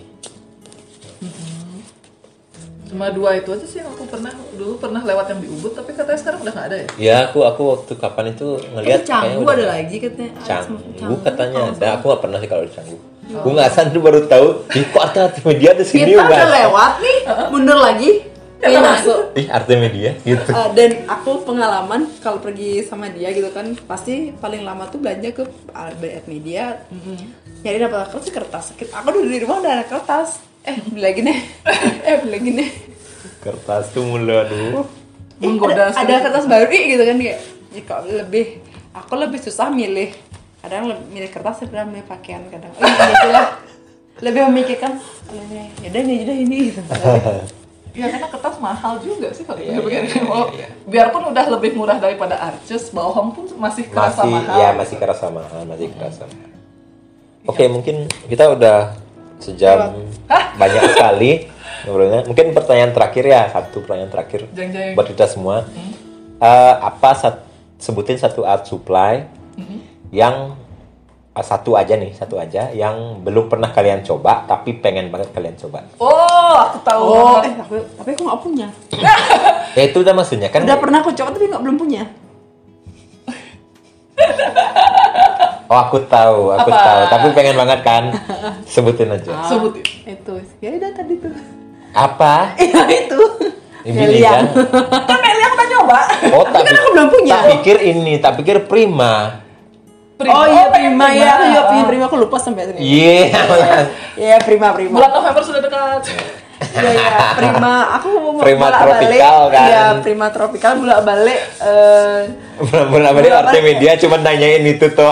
Cuma dua itu aja sih yang aku pernah dulu pernah lewat yang di Ubud tapi katanya sekarang udah nggak ada ya. Ya aku aku waktu kapan itu ngelihat Eh, Canggu ada lagi katanya. Ah, Canggu katanya kalau ada, aku nggak pernah sih kalau di Canggu. Ungasan tuh baru tahu, ih kok ada art media di sini kita udah Ungasan. lewat nih, mundur lagi, pengen masuk. Ih art media gitu. Uh, dan aku pengalaman kalau pergi sama dia gitu kan, pasti paling lama tuh belanja ke art media, nyari dapat kertas kertas. Aku udah di rumah udah ada kertas, eh beli lagi nih, eh beli lagi nih. Kertas tuh mulai aduh. Eh, Menggoda ada, ada kertas baru ih, gitu kan kayak, jika lebih, aku lebih susah milih. Kadang lebih milih kertas daripada milih pakaian kadang. Oh, gitu lah. Lebih memikirkan, ya udah ini, udah ini gitu. Ya karena kertas mahal juga sih kalau Iya, dipikir. iya, Oh, iya. biarpun udah lebih murah daripada Arches, bawang pun masih kerasa Masih mahal. ya masih kerasa mahal, masih kerasa mahal. Oke, mungkin kita udah sejam banyak sekali ngobrolnya. Mungkin pertanyaan terakhir ya, satu pertanyaan terakhir Jeng, jeng. buat kita semua. Eh, apa sat- sebutin satu art supply yang eh, satu aja nih, satu aja yang belum pernah kalian coba tapi pengen banget kalian coba. Oh, aku tahu. Oh, eh banget. tapi, tapi aku nggak punya. Ya itu udah maksudnya kan. Udah pernah aku coba tapi nggak belum punya. Oh, aku tahu, aku Apa? tahu, tapi pengen banget kan. Sebutin aja. Sebutin. Itu, ya udah tadi tuh. Apa? Iya itu. Ini Melian. kan. Kan Meli aku udah nyoba. Oh, tak kan aku belum punya. Tak pikir ini, tak pikir Prima. Oh iya pengen prima ya, aku juga Ah. punya prima, aku lupa sampai sini. Iya. Iya prima prima. Bulan November sudah dekat. Iya iya prima, aku mau Prima bolak-balik. tropikal, kan? Iya prima tropikal bolak balik. Eh Benar-benar apa Berapa? arti media cuma nanyain itu tuh.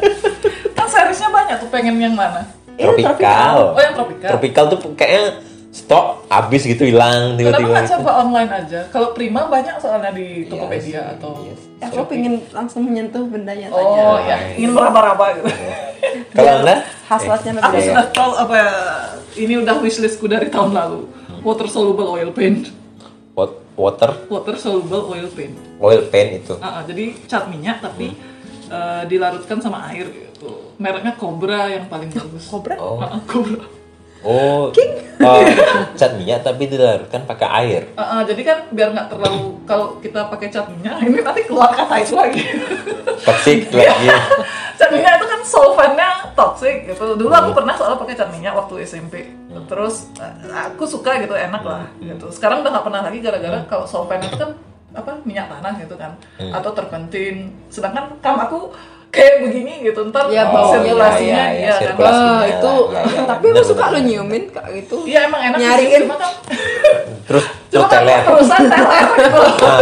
Kan seriesnya banyak tuh pengen yang mana? Iya, Tropikal. Oh yang tropikal. Tropikal tuh kayaknya stok habis gitu hilang Kenapa tiba-tiba. nggak Gitu. coba online aja? Kalau Prima banyak soalnya di Tokopedia Yes, atau yes. Aku pengen langsung menyentuh bendanya Oh saja. ya, ingin meraba-raba gitu. Kalau Anda Hasratnya Aku lebih Iya. sudah tahu apa ya, ini udah wishlistku dari tahun lalu. Water soluble oil paint. Wat- water Water soluble oil paint. oil paint itu. Ah, ah, jadi cat minyak tapi eh, dilarutkan sama air gitu. Mereknya Cobra yang paling bagus. Kobra. Oh. Ah, ah, Cobra. Oh, oh, cat minyak tapi dilarutkan pakai air. Ah, ah, jadi kan biar nggak terlalu, kalau kita pakai cat minyak ini nanti keluar kata itu lagi. Toxic lagi. Cat minyak itu kan solvennya toxic gitu. Dulu aku pernah soalnya pakai cat minyak waktu S M P. Terus eh, aku suka gitu, enak lah gitu. Sekarang udah nggak pernah lagi gara-gara kalau solven itu kan apa minyak tanah gitu kan, atau terpentin. Sedangkan kam aku kayak begini gitu, ntar Ya, bau. sirkulasinya iya, iya, iya kan. sirkulasinya. Wah, itu Ya, ya, tapi bener, aku suka bener. lo nyiumin kayak gitu. Iya emang enak sih, Nyariin. cuma kan Terus cuma terus kan teler. terusan teler gitu.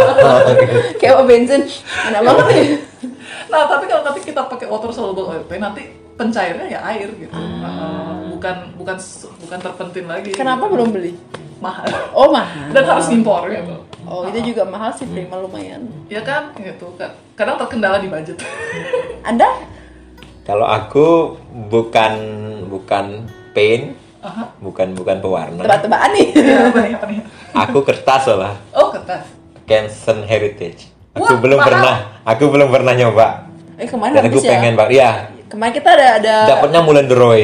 Kayak mau bensin. Enak banget nih. Nah tapi kalau nanti kita pakai water soluble oil paint, nanti pencairnya ya air gitu. Uh, bukan bukan bukan terpentin lagi. Kenapa gitu. belum beli? Mahal. Oh, mahal. Dan harus impor gitu. Oh, itu juga mahal sih, Prima lumayan. Ya kan gitu. Kadang terkendala di budget. Anda? Kalau aku bukan bukan paint, Aha. bukan bukan pewarna. Tebak-tebakan nih. Ya, apa nih, apa nih? Aku kertas lah. Oh kertas. Canson Heritage. Aku Wah, belum mahal. pernah, aku belum pernah nyoba. Eh, kemarin Dan aku habis ya? pengen banget. Iya, Kemarin kita ada ada dapatnya Mulan Roy.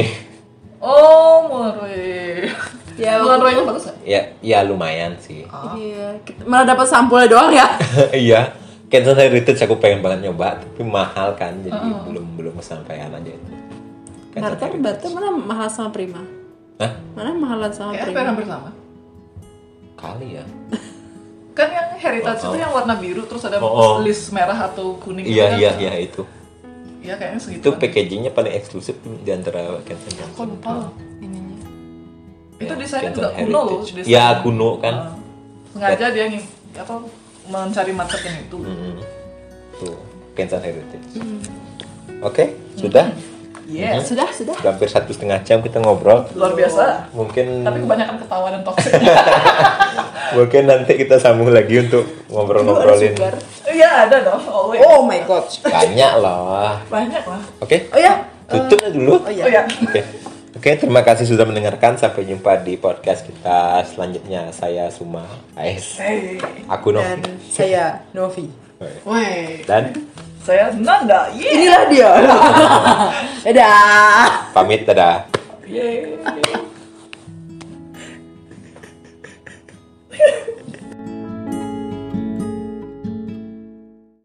Oh Mulroy. Ya, Mulroy-nya bagus nggak? Ya, ya lumayan sih. Iya, kita malah dapat sampulnya doang ya. Iya, Canson Heritage aku pengen banget nyoba, tapi mahal kan, jadi belum belum kesampaian aja itu. Canson Barter, Heritage. barter mana mahal sama Prima? Hah? Mana mahalan sama Kayak apa Prima? hampir sama. Kali ya. Kan yang heritage Oh, oh. itu yang warna biru terus ada Oh, oh. list merah atau kuning. Iya, gitu iya, kan? iya itu. Iya kayaknya segitu. Itu kan. packagingnya paling eksklusif di antara Canson Aku Johnson. lupa loh ininya. Itu Ya, desainnya Canson juga kuno loh. Heritage. desainnya. Ya, kuno kan. Ah. sengaja dia nging, apa mencari market yang itu. Mm-mm. Tuh, Canson Heritage. Oke, sudah. Yes. Sudah, sudah. Sudah hampir satu setengah jam kita ngobrol. Luar biasa. Mungkin Tapi kebanyakan ketawa dan toxic. mungkin nanti kita sambung lagi untuk Dulu ada ngobrol-ngobrolin. sugar. Iya ada dong. Always. Oh my god. Banyak loh. Banyak lah. Oke, Oh ya. tutup dulu. Oh ya. Oh ya. Oke. Oke, terima kasih sudah mendengarkan. Sampai jumpa di podcast kita selanjutnya. Saya Suma Ais. Hey. Aku Dan Novi. saya Novi. Woi. Dan Saya Nanda. Yeah. Inilah dia. Dadah. pamit, dadah. Yeay.